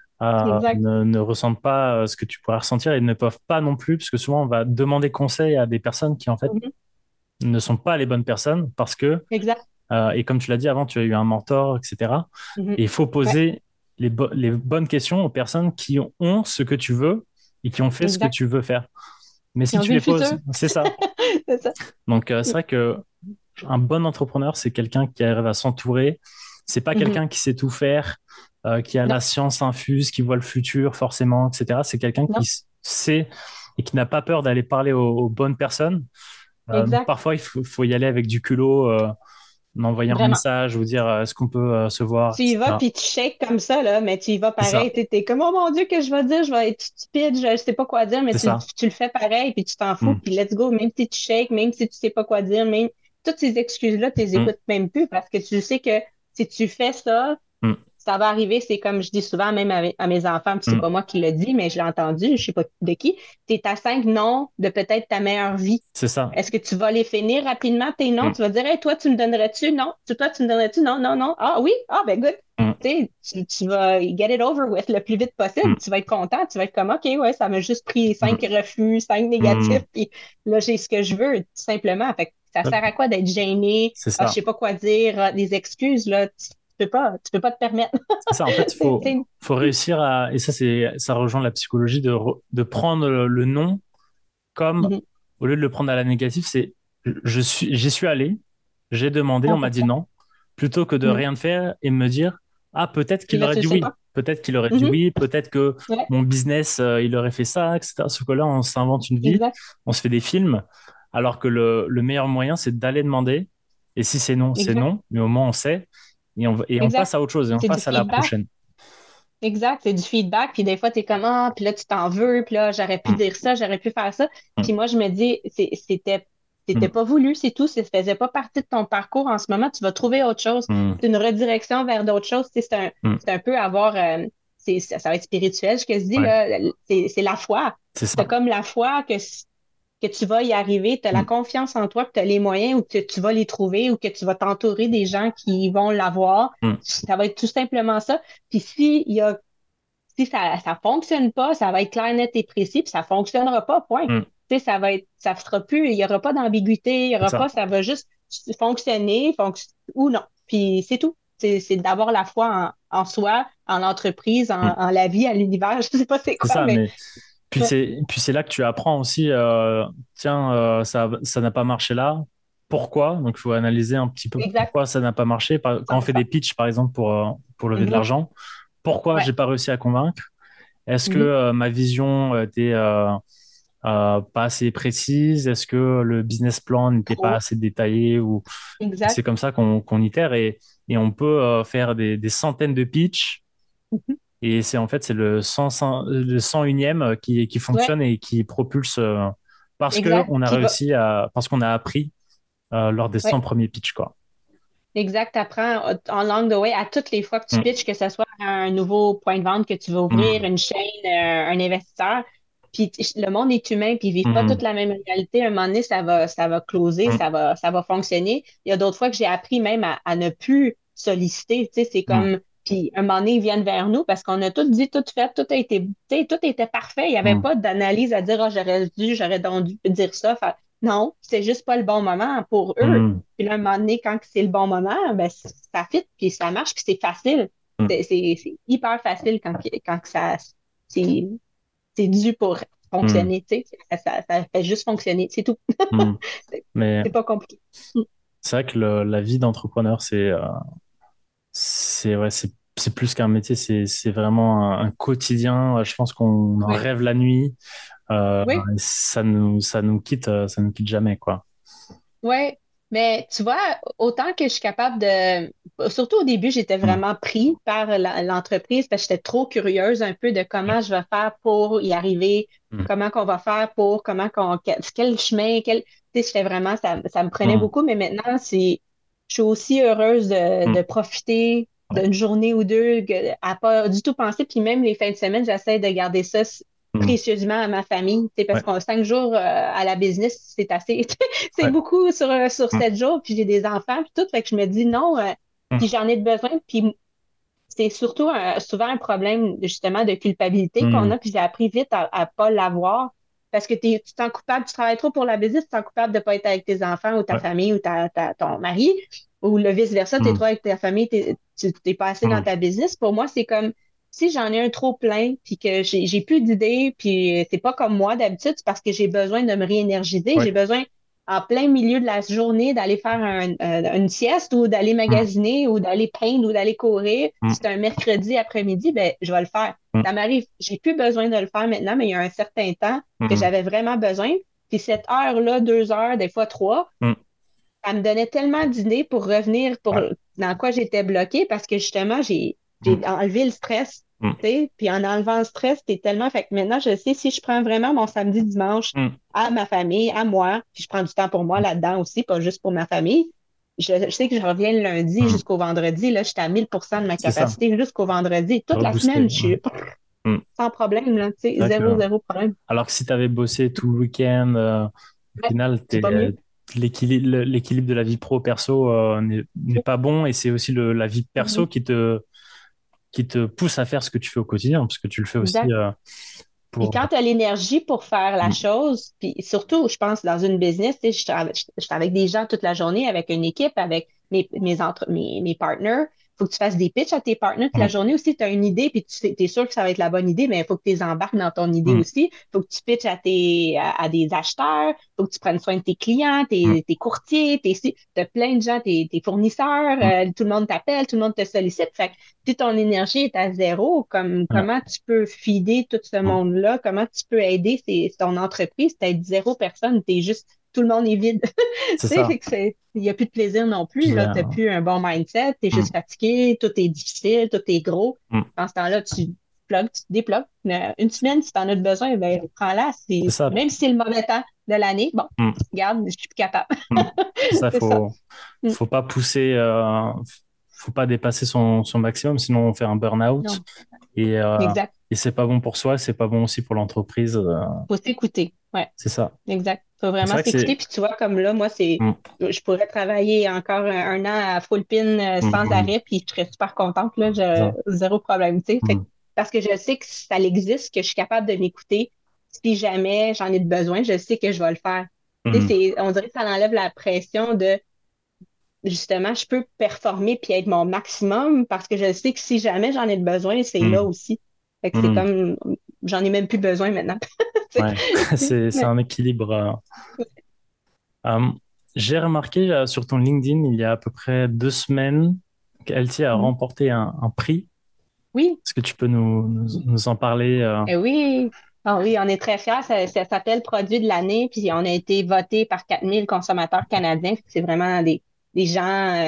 exact.
ne ressentent pas ce que tu pourrais ressentir et ne peuvent pas non plus, parce que souvent on va demander conseil à des personnes qui en fait
Mhm,
ne sont pas les bonnes personnes parce que,
exact.
et comme tu l'as dit avant, tu as eu un mentor, etc.
Mhm,
Et il faut
ouais,
poser les bonnes questions aux personnes qui ont ce que tu veux et qui ont fait ce que
exact.
tu veux faire. Mais
Ils
si
ont
tu
vu le
les
futur.
poses, c'est ça.
C'est ça.
Donc, c'est vrai que un bon entrepreneur, c'est quelqu'un qui arrive à s'entourer. C'est pas
Mhm.
quelqu'un qui sait tout faire, qui a
Non,
la science infuse, qui voit le futur forcément, etc. C'est quelqu'un qui
non,
sait et qui n'a pas peur d'aller parler aux bonnes personnes. Donc
exact.
parfois, faut y aller avec du culot, envoyer un
Vraiment.
message ou dire est-ce qu'on peut se voir,
Tu y vas,
etc.
puis tu shakes comme ça, là, mais tu y vas
C'est ça,
pareil. T'es comme, oh mon Dieu, que je vais dire, je vais être stupide, je sais pas quoi dire, mais
c'est ça.
tu le fais pareil, puis tu t'en fous,
Mm,
puis let's go, même si tu shakes, même si tu sais pas quoi dire, même toutes ces excuses-là, tu les
mm,
écoutes même plus parce que tu sais que si tu fais ça,
mm,
ça va arriver, c'est comme je dis souvent, même à mes enfants, puis c'est
mm.
pas moi qui le dis, mais je l'ai entendu, je sais pas de qui, t'es à 5 noms de peut-être ta meilleure vie.
C'est ça.
Est-ce que tu vas les finir rapidement, tes noms?
Mm,
Tu vas dire, hey, toi, tu me donnerais-tu? Non. Toi, tu me donnerais-tu? Non, non, non. Ah oui? Ah, ben good.
mm,
Tu sais, tu vas get it over with le plus vite possible.
mm,
Tu vas être content. Tu vas être comme, OK, ouais, ça m'a juste pris
mm,
5 refus, 5 négatifs,
mm.
puis là, j'ai ce que je veux, tout simplement. Fait que ça
Ouais,
sert à quoi d'être gêné?
c'est
Ah, je
ça.
sais pas quoi dire, ah, des excuses, là. Tu peux pas te permettre.
C'est ça, en fait, faut réussir et ça rejoint la psychologie de prendre le non comme,
Mhm.
au lieu de le prendre à la négative, j'y suis allé, j'ai demandé, on m'a dit
100%.
non, plutôt que de
Mhm.
rien faire et me dire, ah, peut-être
Puis
qu'il
là,
aurait
tu le
dit
sais
oui,
pas.
peut-être qu'il aurait dit
Mhm.
oui, peut-être que
Ouais,
mon business, il aurait fait ça, etc. Ce que là, on s'invente une vie,
exact.
on se fait des films, alors que le meilleur moyen, c'est d'aller demander. Et si c'est
Exact.
non, mais au moins on sait, et on passe
Exact.
à autre chose, et on
C'est du
passe à la
feedback.
prochaine.
Exact, c'est du feedback, puis des fois, t'es comme, ah, puis là, tu t'en veux, puis là, j'aurais pu
Mm,
dire ça, j'aurais pu faire ça.
mm,
Puis moi, je me dis, c'était
mm,
pas voulu, c'est tout, ça faisait pas partie de ton parcours en ce moment, tu vas trouver autre chose.
mm,
C'est une redirection vers d'autres choses, tu sais,
mm.
c'est un peu avoir, ça va être spirituel, ce que je dis,
Ouais,
là, c'est la foi.
c'est
C'est
ça.
comme la foi que que tu vas y arriver, tu as la
Mm.
confiance en toi, que tu as les moyens ou que tu vas les trouver ou que tu vas t'entourer des gens qui vont l'avoir.
Mm.
Ça va être tout simplement ça. Puis si ça fonctionne pas, ça va être clair, net et précis, puis ça fonctionnera pas, point.
Mm.
Tu sais, ça sera plus, il y aura pas d'ambiguïté, il y
C'est
aura
ça.
pas, ça va juste fonctionner, ou non. Puis c'est tout. C'est d'avoir la foi en soi, en l'entreprise,
Mm.
en la vie, en l'univers. Je sais pas c'est
C'est
quoi,
ça,
mais
mais
ouais,
puis c'est là que tu apprends aussi, tiens, ça n'a pas marché là. Pourquoi? Donc, il faut analyser un petit peu
exact,
pourquoi ça n'a pas marché. Quand on fait
100%.
des pitchs, par exemple, pour lever de
Mhm.
l'argent, pourquoi
Ouais.
j'ai pas réussi à convaincre? Est-ce que
Mhm.
ma vision était pas assez précise? Est-ce que le business plan n'était pas
Trop.
assez détaillé? Ou c'est
Exact.
comme ça qu'on itère et on peut faire des centaines de pitchs
Mhm.
et c'est en fait c'est le 101e qui
Ouais,
fonctionne et qui propulse parce que
exact.
on a
Puis
réussi parce qu'on a appris lors des 100
ouais.
premiers pitchs quoi.
Exact, t'apprends en langue de way à toutes les fois que tu
Mm,
pitches, que ce soit un nouveau point de vente que tu veux ouvrir,
mm,
une chaîne, un investisseur. Puis le monde est humain, puis ils vivent pas toute
mm,
la même réalité. À un moment donné, ça va closer,
mm,
ça va fonctionner. Il y a d'autres fois que j'ai appris même à ne plus solliciter. Tu sais, c'est
mm,
comme, puis un moment donné, ils viennent vers nous parce qu'on a tout dit, tout fait, tout a été, tu sais, tout était parfait. Il n'y avait
mm,
pas d'analyse à dire, oh, j'aurais donc dû dire ça. Non, c'est juste pas le bon moment pour eux.
mm,
Puis là, un moment donné, quand c'est le bon moment, ben, ça fit, puis ça marche, puis c'est facile.
mm,
C'est hyper facile quand que c'est, c'est dû pour
mm,
fonctionner, tu sais. Ça fait juste fonctionner, c'est tout.
mm.
C'est
Mais
c'est pas compliqué. Mm.
c'est vrai que la vie d'entrepreneur c'est ouais, c'est plus qu'un métier, c'est vraiment un quotidien. Je pense qu'on en
Ouais.
rêve la nuit.
Oui,
Et ça nous quitte jamais, quoi.
ouais. Mais tu vois, autant que je suis capable de. Surtout au début, j'étais
Mm,
vraiment pris par l'entreprise parce que j'étais trop curieuse un peu de comment je vais faire pour y arriver,
mm,
comment qu'on va faire pour, quel chemin, tu sais, j'étais vraiment, ça me prenait
mm,
beaucoup, mais maintenant, je suis aussi heureuse de
mm.
profiter
Ouais.
d'une journée ou deux à pas du tout penser. Puis même les fins de semaine, j'essaie de garder ça
Mm,
précieusement à ma famille, tu sais, parce
ouais.
qu'on 5 jours à la business, c'est assez. C'est
Ouais.
beaucoup sur
Mm,
7 jours, puis j'ai des enfants, puis tout, fait que je me dis non, puis
mm,
j'en ai besoin, puis c'est surtout souvent un problème justement de culpabilité qu'on
mm.
a, puis j'ai appris vite à pas l'avoir, parce que tu te sens coupable, tu travailles trop pour la business, tu te sens coupable de pas être avec tes enfants ou ta
Ouais.
famille ou ton mari, ou le vice-versa, tu es
Mm,
trop avec ta famille, tu t'es pas assez dans
mm.
ta business. Pour moi, c'est comme si j'en ai un trop plein, puis que j'ai plus d'idées, puis c'est pas comme moi d'habitude, c'est parce que j'ai besoin de me réénergiser,
Ouais.
j'ai besoin en plein milieu de la journée d'aller faire une sieste ou d'aller
Mm,
magasiner ou d'aller peindre ou d'aller courir. Si
mm,
c'est un mercredi après-midi, ben, je vais le faire.
mm,
Ça m'arrive, j'ai plus besoin de le faire maintenant, mais il y a un certain temps que
mm,
j'avais vraiment besoin. Puis cette heure-là, 2 heures, des fois trois,
mm.
ça me donnait tellement d'idées pour revenir
Ouais.
dans quoi j'étais bloquée parce que justement, j'ai
Mm,
enlevé le stress.
mm,
Tu sais, puis en enlevant le stress, t'es tellement. Fait que maintenant, je sais si je prends vraiment mon samedi, dimanche
mm,
à ma famille, à moi, puis je prends du temps pour moi là-dedans aussi, pas juste pour ma famille. Je sais que je reviens le lundi
mm.
jusqu'au vendredi. Là, j'étais à 1000% de ma
C'est ça.
capacité jusqu'au vendredi. Toute la
Rebooster.
semaine, je
Ouais.
suis
Mm.
sans problème, là, tu sais,
C'est vrai que,
zéro, zéro problème.
alors que si tu avais bossé tout le week-end, au
Ouais,
final,
c'est pas mieux.
l'équilibre de la vie pro-perso n'est pas bon et c'est aussi la vie perso
Mhm.
qui te pousse à faire ce que tu fais au quotidien, parce que tu le fais aussi
Exact. Puis
pour...
quand tu as l'énergie pour faire la
Mm,
chose, puis surtout, je pense, dans une business, tu sais, je suis avec des gens toute la journée, avec une équipe, avec mes partners. Il faut que tu fasses des pitchs à tes partners toute la
mm,
journée aussi. Tu as une idée, puis tu es sûr que ça va être la bonne idée, mais il faut que tu les embarques dans ton idée
mm,
aussi. Il faut que tu pitches à des acheteurs. Il faut que tu prennes soin de tes clients,
mm,
tes courtiers, tu as plein de gens, tes fournisseurs.
mm.
Tout le monde t'appelle, tout le monde te sollicite. Fait que si ton énergie est à zéro,
Ouais.
comment tu peux feeder tout ce
Mm.
monde-là? Comment tu peux aider ton entreprise? T'as zéro personne, t'es juste, tout le monde est vide.
C'est
Tu sais,
ça.
fait que il n'y a plus de plaisir non plus,
Puis,
là. T'as plus un bon mindset, t'es
mm,
juste fatigué, tout est difficile, tout est gros.
mm.
Dans ce temps-là, tu plugues, tu te déplugues. Une semaine, si t'en as besoin, ben, prends-la.
C'est ça.
Même si c'est le mauvais temps de l'année, bon,
Mm,
regarde, je suis plus capable.
mm. C'est ça,
C'est ça. Mm.
faut pas pousser, faut pas dépasser son maximum, sinon on fait un burn-out.
Non,
Et,
exact.
et c'est pas bon pour soi, c'est pas bon aussi pour l'entreprise.
Faut s'écouter. Ouais,
C'est ça.
exact. Faut
C'est
vraiment
vrai que
s'écouter.
c'est.
Puis tu vois, comme là, moi,
Mm,
je pourrais travailler encore un an à full pin sans
mm,
arrêt, puis je serais super contente, là,
ça.
zéro problème, tu sais.
Mm,
Parce que je sais que ça existe, que je suis capable de m'écouter. Si jamais j'en ai besoin, je sais que je vais le faire. Tu sais,
mm,
on dirait que ça enlève la pression de, justement, je peux performer puis être mon maximum parce que je sais que si jamais j'en ai besoin, c'est là
mm,
aussi. Fait que c'est
mm.
comme, j'en ai même plus besoin maintenant. Tu
Ouais,
sais.
c'est un équilibre. Euh, j'ai remarqué sur ton LinkedIn, il y a à peu près 2 semaines, qu'Alti a
Mhm.
remporté un prix.
Oui.
Est-ce que tu peux nous en parler
Oui, ah oui, on est très fiers. Ça s'appelle Produit de l'année, puis on a été voté par 4000 consommateurs canadiens. C'est vraiment des gens,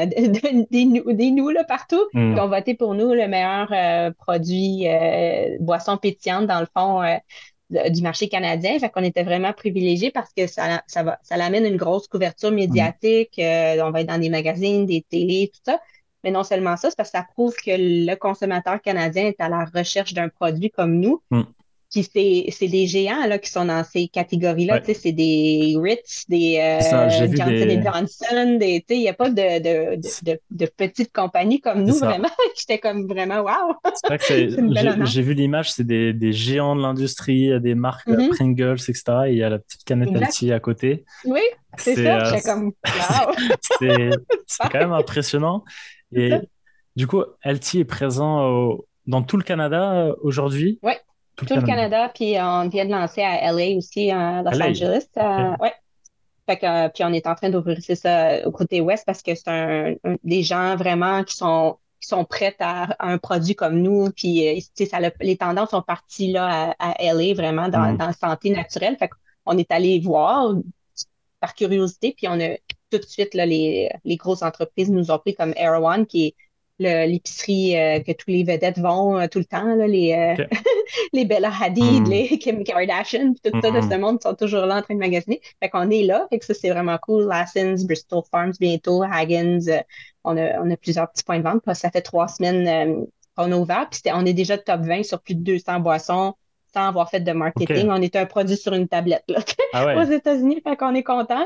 des nous là, partout, qui
Hmm.
ont voté pour nous le meilleur produit boisson pétillante, dans le fond, du marché canadien. Fait qu'on était vraiment privilégiés parce que ça l'amène une grosse couverture
Hmm.
médiatique. On va être dans des magazines, des télés, tout ça. Mais non seulement ça, c'est parce que ça prouve que le consommateur canadien est à la recherche d'un produit comme nous.
Hmm.
Puis c'est des géants là, qui sont dans ces catégories-là.
Ouais,
Tu sais, c'est des Ritz, des
c'est ça, j'ai vu
Johnson
des.
Johnson, tu sais, il n'y a pas
C'est
de petites compagnies comme
c'est
nous,
ça.
vraiment. J'étais comme vraiment, wow,
C'est vrai que c'est.
c'est une belle honneur.
J'ai vu l'image, c'est des géants de l'industrie, des marques
Mhm,
Pringles, etc. Et il y a la petite canette
exact.
Alti à côté.
Oui, c'est
C'est
ça. J'étais comme, wow,
c'est c'est
super,
quand même impressionnant.
c'est ça.
Et du coup, Alti est présent dans tout le Canada aujourd'hui.
Oui,
Tout le
tout le
Canada.
Canada, puis on vient de lancer à LA aussi, à Los
LA.
Angeles.
Ok.
Ouais. Fait que, puis on est en train d'ouvrir c'est ça au côté ouest parce que c'est des gens vraiment qui sont prêts à un produit comme nous. Puis tu sais, les tendances sont parties là à LA vraiment
Hmm.
dans la santé naturelle. Fait qu'on est allé voir par curiosité, puis on a tout de suite là, les grosses entreprises nous ont pris comme Erewhon, qui est l'épicerie que tous les vedettes vont tout le temps, là,
Ok.
les Bella Hadid,
Hmm.
les Kim Kardashian, puis tout ça de
Hmm.
ce monde sont toujours là en train de magasiner. Fait qu'on est là, fait que ça, c'est vraiment cool. Lassen's, Bristol Farms bientôt, Hagen's, on a plusieurs petits points de vente. Puis ça fait 3 semaines qu'on a ouvert, puis on est déjà top 20 sur plus de 200 boissons sans avoir fait de marketing.
Ok.
On est un produit sur une tablette là,
Ah
aux
ouais.
États-Unis, fait qu'on est content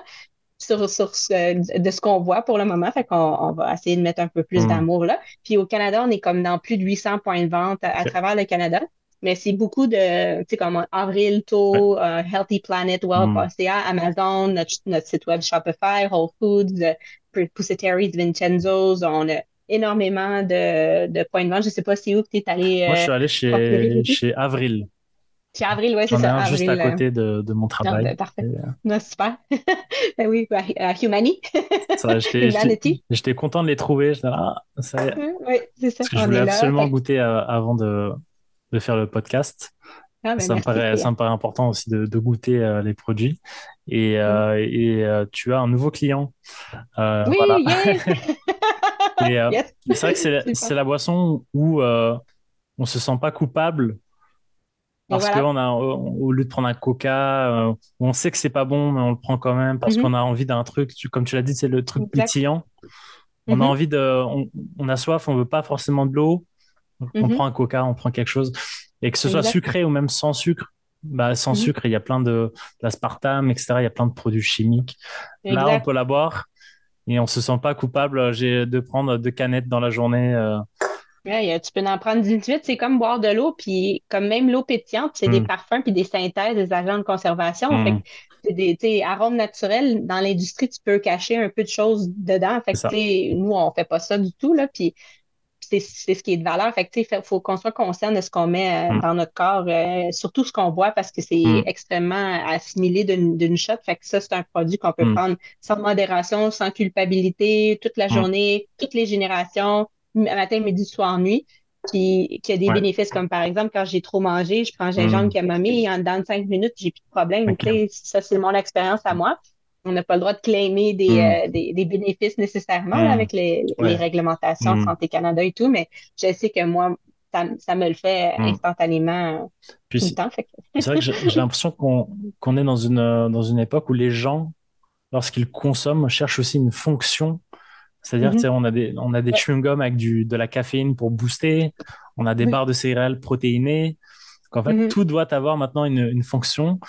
de ce qu'on voit pour le moment. Fait qu'on on va essayer de mettre un peu plus
Hmm.
d'amour là. Puis au Canada, on est comme dans plus de 800 points de vente à
Ok.
travers le Canada. Mais c'est beaucoup de, tu sais, comme Avril,
Ouais.
Taux, Healthy Planet,
Hmm.
Well.ca, Amazon, notre site web Shopify, Whole Foods, Pussyterry, Vincenzo's. On a énormément de points de vente. Je sais pas si où que tu es allé
Moi, je suis allé
procurer aussi.
chez Avril.
Chez Avril, oui, c'est
J'en ai
ça,
un juste à
Avril.
côté de mon
Non,
travail.
ben, parfait.
Et,
Non, super. Ben oui, ben, Humani.
ça,
Humanity.
j'étais content de les trouver. J'étais là, ah, ça y est.
Oui, c'est ça.
Parce que je
On
voulais
est là.
absolument goûter avant de faire le podcast.
Ah, ben merci.
Ça me paraît important aussi de goûter les produits.
Mm.
Tu as un nouveau client. Voilà.
Oui, yes!
Et
Yes!
c'est vrai que
Super.
c'est la boisson où on se sent pas coupable
Et
parce
voilà.
au lieu de prendre un Coca, on sait que c'est pas bon, mais on le prend quand même parce
Mhm.
qu'on a envie d'un truc. Comme tu l'as dit, c'est le truc
Exact.
pétillant. On a
Mhm.
envie on a soif, on veut pas forcément de l'eau. On
Mhm.
prend un Coca, on prend quelque chose. Et que ce soit
Exact.
sucré ou même sans sucre, bah, sans
Mhm.
sucre, il y a plein de l'aspartame, etc. Il y a plein de produits chimiques. Là, on
Exact.
peut la boire et on se sent pas coupable. J'ai de prendre 2 canettes dans la journée.
Ouais, tu peux en prendre 18. C'est comme boire de l'eau, puis comme même l'eau pétillante, c'est des
Hmm,
parfums puis des synthèses, des agents de conservation. Fait
hmm,
que c'est des, tu sais, arômes naturels. Dans l'industrie, tu peux cacher un peu de choses dedans. Fait
c'est
que, tu
ça.
sais, nous, on fait pas ça du tout, là. Puis c'est ce qui est de valeur. Fait que, tu sais, faut qu'on soit conscient de ce qu'on met
Hmm,
dans notre corps, surtout ce qu'on boit, parce que c'est
hmm,
extrêmement assimilé d'une shot. Fait que ça, c'est un produit qu'on peut
hmm,
prendre sans modération, sans culpabilité, toute la
hmm.
journée, toutes les générations, matin, midi, soir, nuit. Puis qui a des
Ouais.
bénéfices, comme par exemple, quand j'ai trop mangé, je prends gingembre,
Hmm,
camomille, et en dedans de 5 minutes, j'ai plus de problème. Tu
ok.
sais, ça, c'est mon expérience à moi. On n'a pas le droit de claimer
Hmm,
des bénéfices nécessairement là,
hmm.
avec les
Ouais.
réglementations
Hmm,
Santé Canada et tout, mais je sais que moi, ça me le fait
hmm.
instantanément
Puis
tout le temps. Fait que...
c'est vrai que j'ai l'impression qu'on est dans une époque où les gens, lorsqu'ils consomment, cherchent aussi une fonction. C'est-à-dire, tu
Mhm.
sais, on a des
Ouais.
chewing-gums avec de la caféine pour booster. On a des
Oui,
barres de céréales protéinées. qu'en fait,
Mhm.
tout doit avoir maintenant une fonction.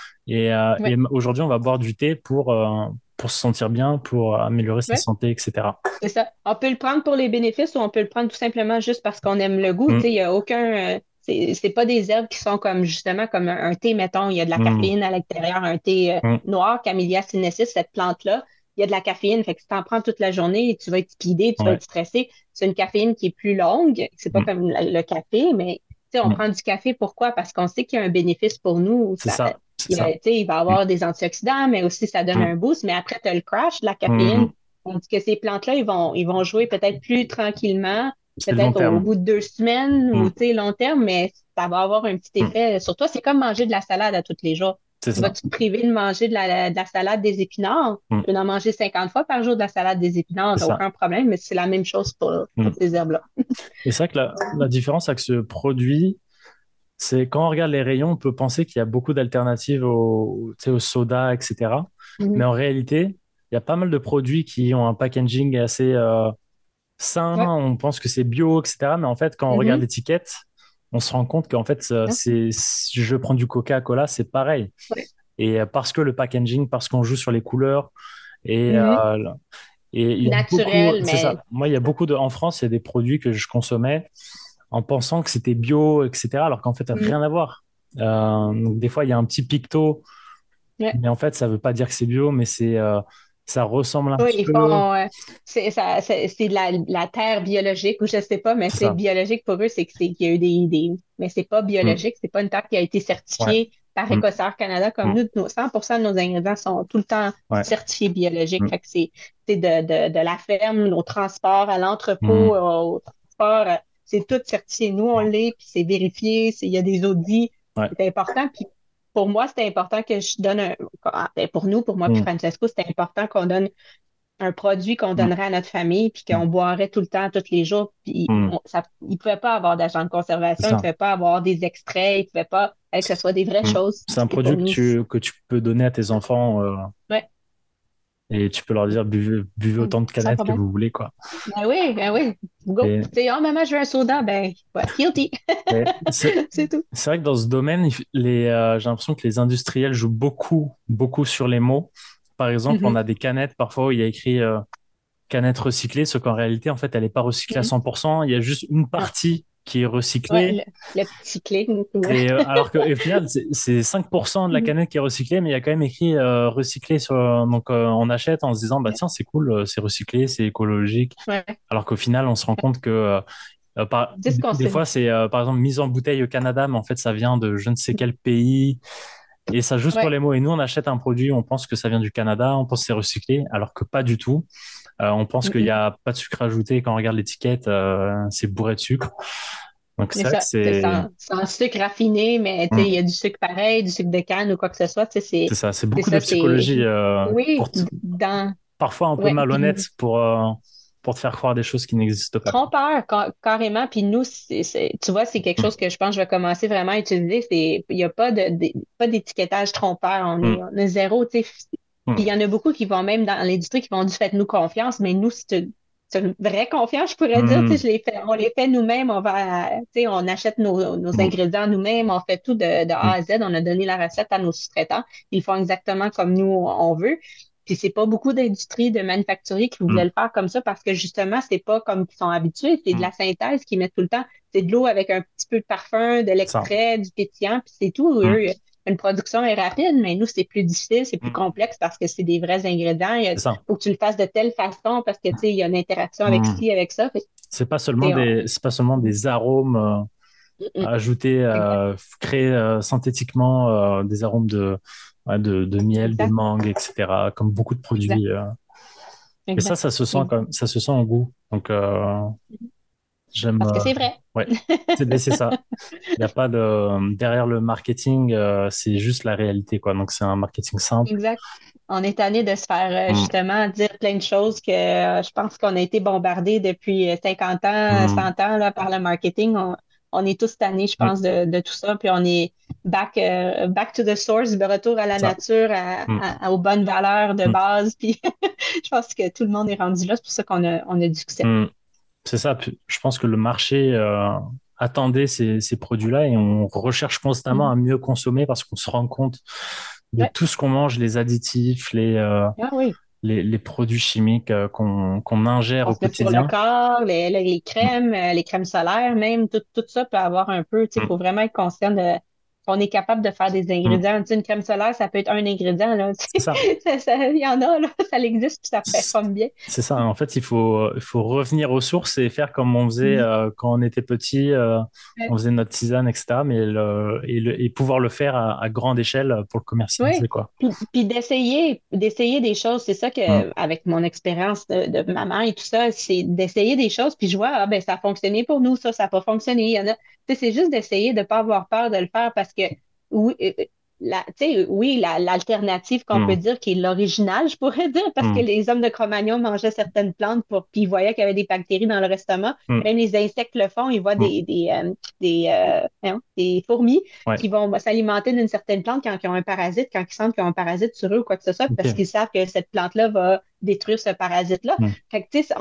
Et
Ouais,
aujourd'hui, on va boire du thé pour se sentir bien, pour améliorer sa
ouais.
santé, etc.
C'est ça. On peut le prendre pour les bénéfices ou on peut le prendre tout simplement juste parce qu'on aime le goût. Tu sais,
Mm,
il y a aucun. C'est pas des herbes qui sont comme justement comme un thé, mettons, il y a de la
mm,
caféine à l'intérieur, un thé
mm,
noir, Camellia sinensis, cette plante-là, il y a de la caféine. Fait que si tu en prends toute la journée, tu vas être speedé, tu vas
ouais,
être stressé. C'est une caféine qui est plus longue. C'est pas
mm,
comme le café, mais tu sais, on
mm.
prend du café. Pourquoi? Parce qu'on sait qu'il y a un bénéfice pour nous.
C'est ça, c'est
Tu
ça.
sais, il va
Mm,
avoir des antioxydants, mais aussi ça donne
mm,
un boost. Mais après, tu as le crash de la
mm,
caféine.
mm.
On dit que ces plantes-là, ils vont jouer peut-être plus tranquillement,
C'est le long
peut-être au
terme.
bout de 2 semaines
Mm,
ou long terme, mais ça va avoir un petit
mm.
effet sur toi. C'est comme manger de la salade à tous les jours.
C'est
Tu
ça.
vas-tu te priver de manger de la salade des épinards?
Mm,
Tu peux en manger 50 fois par jour de la salade des épinards,
c'est
t'as
ça.
aucun problème, mais c'est la même chose pour
Mm.
ces herbes-là.
Et c'est vrai que la différence avec ce produit, c'est quand on regarde les rayons, on peut penser qu'il y a beaucoup d'alternatives tu sais, au soda, etc. Mais
Mhm.
en réalité, il y a pas mal de produits qui ont un packaging assez sain.
Ouais.
On pense que c'est bio, etc. Mais en fait, quand on regarde
Mhm.
l'étiquette, on se rend compte qu'en fait,
Non?
si je prends du Coca-Cola, c'est pareil.
Ouais.
Et parce que le packaging, parce qu'on joue sur les couleurs, et,
Mhm.
euh, et il y a beaucoup,
Naturel,
c'est
mais
ça. Moi, il y a beaucoup en France, il y a des produits que je consommais en pensant que c'était bio, etc., alors qu'en fait,
mhm.
rien à voir. Donc des fois, il y a un petit picto,
Ouais.
mais en fait, ça veut pas dire que c'est bio, mais ça ressemble un
Oui,
petit
ils
peu.
font, c'est de la terre biologique ou je sais pas, mais
C'est
c'est
ça.
biologique pour eux, c'est qu'il y a eu mais c'est pas
Mm.
biologique, c'est pas une terre qui a été
Ouais.
certifiée par
Mm.
Écossaire Canada comme
Mm.
nous. 100% de nos ingrédients sont tout le temps
Ouais.
certifiés biologiques.
Mm.
Fait que c'est de la ferme au transport, à l'entrepôt,
Mm.
au transport, c'est tout certifié. Nous, on l'est, puis c'est vérifié, il y a des audits,
Ouais.
c'est important. Puis pour moi, c'était important que je donne pour nous, pour moi puis
Mm.
Francesco, c'était important qu'on donne un produit qu'on
Mm.
donnerait à notre famille, puis
Mm.
qu'on boirait tout le temps, tous les jours. Puis
Mm.
il ne pouvait pas avoir d'agent de
C'est
conservation, il ne
ça.
pouvait pas avoir des extraits, il ne pouvait pas, que ce soit des vraies
Mm.
choses.
C'est un
C'est pour
produit
nous.
que tu peux donner à tes enfants
Ouais,
et tu peux leur dire buvez autant de
sans
canettes que
problème.
vous voulez, quoi.
Ben oui, go.
Et,
Tu sais, oh maman, je veux un soda, ben, ouais, guilty.
et
C'est tout.
c'est vrai que dans ce domaine, j'ai l'impression que les industriels jouent beaucoup, beaucoup sur les mots. Par exemple, on
Mhm,
a des canettes parfois où il y a écrit canette recyclée, ce qu'en réalité, en fait, elle n'est pas recyclée à
mhm.
100%. Il y a juste une
Non.
partie qui est
Ouais,
recyclée.
le petit clé. Ouais.
Et alors qu'au final, c'est 5% de la
Mhm.
canette qui est recyclée, mais il y a quand même écrit recyclé sur. Donc on achète en se disant, bah tiens, c'est cool, c'est recyclé, c'est écologique.
Ouais.
Alors qu'au final, on se rend compte que
C'est ce qu'on
des
sait.
fois, c'est par exemple mise en bouteille au Canada, mais en fait, ça vient de je ne sais quel pays. Et ça joue sur
Ouais.
les mots. Et nous, on achète un produit, on pense que ça vient du Canada, on pense que c'est recyclé, alors que pas du tout. On pense qu'il n'y
Mhm.
a pas de sucre ajouté. Quand on regarde l'étiquette, c'est bourré de sucre. Donc
Mais
c'est vrai que
ça, c'est sans sucre raffiné, mais tu sais, il y
hmm,
a du sucre pareil, du sucre de canne ou quoi que ce soit. Tu sais,
c'est ça, c'est
c'est
beaucoup de
ça,
psychologie
oui, dans,
parfois un peu
ouais,
malhonnête
puis
pour te faire croire des choses qui n'existent pas, quoi.
trompeur, carrément. Puis nous, tu vois, c'est quelque
Hmm,
chose que je pense que je vais commencer vraiment à utiliser. Il n'y a pas d'étiquetage trompeur.
hmm,
On est zéro, tu sais.
hmm,
Puis il y en a beaucoup qui vont même dans l'industrie qui vont dire faites-nous confiance, mais nous, c'est une vraie confiance, je pourrais dire. Tu
hmm,
sais, on les fait nous-mêmes, tu sais, on achète nos
hmm,
ingrédients nous-mêmes, on fait tout de A
hmm,
à Z. On a donné la recette à nos sous-traitants. Ils font exactement comme nous, on veut. Puis c'est pas beaucoup d'industries de manufacturiers qui
hmm,
voulaient le faire comme ça parce que justement, c'est pas comme ils sont habitués, c'est de
hmm,
la synthèse qu'ils mettent tout le temps. C'est de l'eau avec un petit peu de parfum, de
ça.
l'extrait, du pétillant, puis c'est tout.
Hmm,
Eux, une production est rapide, mais nous, c'est plus difficile, c'est plus
hmm,
complexe parce que c'est des vrais ingrédients.
c'est ça.
Faut que tu le fasses de telle façon parce que, tu sais, il y a une interaction avec
Hmm.
ci, avec ça. Fait que, tu sais,
C'est pas seulement des arômes
mm,
ajoutés,
exact,
créés synthétiquement, des arômes de miel, de
exact,
mangue, etc., comme beaucoup de
exact,
produits. Et
exact.
ça se sent
Et-
quand même, ça se sent au goût. Donc, j'aime.
Parce que c'est vrai.
Ouais, c'est ça. Il n'y a pas de. Derrière le marketing, c'est juste la réalité, quoi. Donc, c'est un marketing simple.
Exact. On est tanné de se faire
Hmm,
justement dire plein de choses que je pense qu'on a été bombardé depuis 50 ans,
hmm,
100 ans là, par le marketing. On est tous tannés, je
hmm,
pense, de tout ça. Puis on est back to the source, de retour à la
ça.
nature,
Hmm,
aux bonnes valeurs de
hmm,
base. Puis je pense que tout le monde est rendu là. C'est pour ça qu'on a du succès.
hmm. C'est ça. Puis, je pense que le marché. attendait ces produits-là et on recherche constamment
Mhm.
à mieux consommer parce qu'on se rend compte de
Ouais.
tout ce qu'on mange, les additifs,
Ah oui.
les produits chimiques qu'on ingère au
Parce que pour le
quotidien.
corps,
Mm,
les crèmes solaires même, tout ça peut avoir un peu, tu sais, il
mm,
faut vraiment être conscient de qu'on est capable de faire des
mm.
ingrédients. Tu sais, une crème solaire, ça peut être un ingrédient, là. Tu
C'est ça.
sais. Il y en a, là, ça existe, puis ça performe bien.
C'est ça. En fait, il faut revenir aux sources et faire comme on faisait
Mhm.
quand on était petit. On faisait notre tisane, etc. Mais et pouvoir le faire à grande échelle pour le
Oui,
commercialiser, quoi.
puis d'essayer des choses, c'est ça
Mm,
que, avec mon expérience de maman et tout ça, c'est d'essayer des choses, puis je vois, ah ben ça a fonctionné pour nous, ça n'a pas fonctionné. Il y en a, tu sais, c'est juste d'essayer de ne pas avoir peur de le faire parce que, oui, tu sais, oui, l'alternative qu'on peut
mm,
dire qui est l'original, je pourrais dire, parce que
mm,
les hommes de Cro-Magnon mangeaient certaines plantes puis ils voyaient qu'il y avait des bactéries dans le restaurant.
mm,
Même les insectes le font, ils voient
mm.
des fourmis
Ouais.
qui vont s'alimenter d'une certaine plante quand ils ont un parasite, quand ils sentent qu'ils ont un parasite sur eux ou quoi que ce soit, parce
Ok.
qu'ils savent que cette plante-là va détruire ce parasite-là.
Mm,
Fait que, tu sais,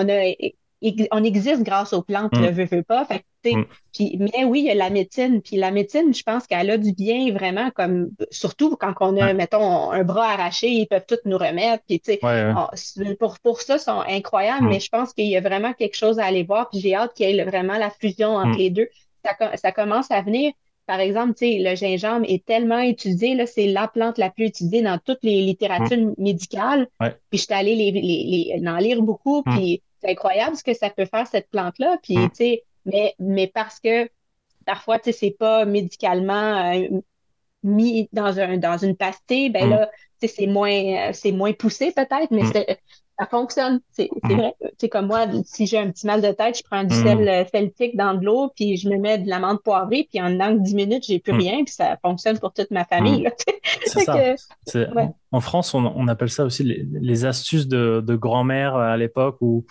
on existe grâce aux plantes,
mm,
le veut pas. Fait que, tu sais,
mm.
mais oui, il y a la médecine. Puis la médecine, je pense qu'elle a du bien vraiment, comme surtout quand on a,
Ouais.
mettons, un bras arraché, ils peuvent tout nous remettre. Puis, tu sais,
Ouais, ouais.
pour ça, ils sont incroyables, mais
Mm,
je pense qu'il y a vraiment quelque chose à aller voir. Puis j'ai hâte qu'il y ait vraiment la fusion entre
mm,
les deux. Ça commence à venir. Par exemple, tu sais, le gingembre est tellement utilisé, là, c'est la plante la plus utilisée dans toutes les
mm.
littératures médicales.
Ouais.
Puis je suis allée en lire beaucoup,
Mm,
puis c'est incroyable ce que ça peut faire, cette plante-là. Puis,
mm,
tu sais, mais parce que parfois, tu sais, c'est pas médicalement mis dans une pastille, ben
mm,
là, tu sais, c'est moins poussé peut-être, mais
mm,
ça fonctionne. C'est
mm,
vrai. C'est comme moi, si j'ai un petit mal de tête, je prends du sel
mm,
celtique dans de l'eau, puis je me mets de l'amande poivrée, puis en dedans de 10 minutes, j'ai plus
mm,
rien, puis ça fonctionne pour toute ma
mm.
famille, là.
C'est
Fait
ça.
que, ouais.
En France, on appelle ça aussi les astuces de grand-mère à l'époque où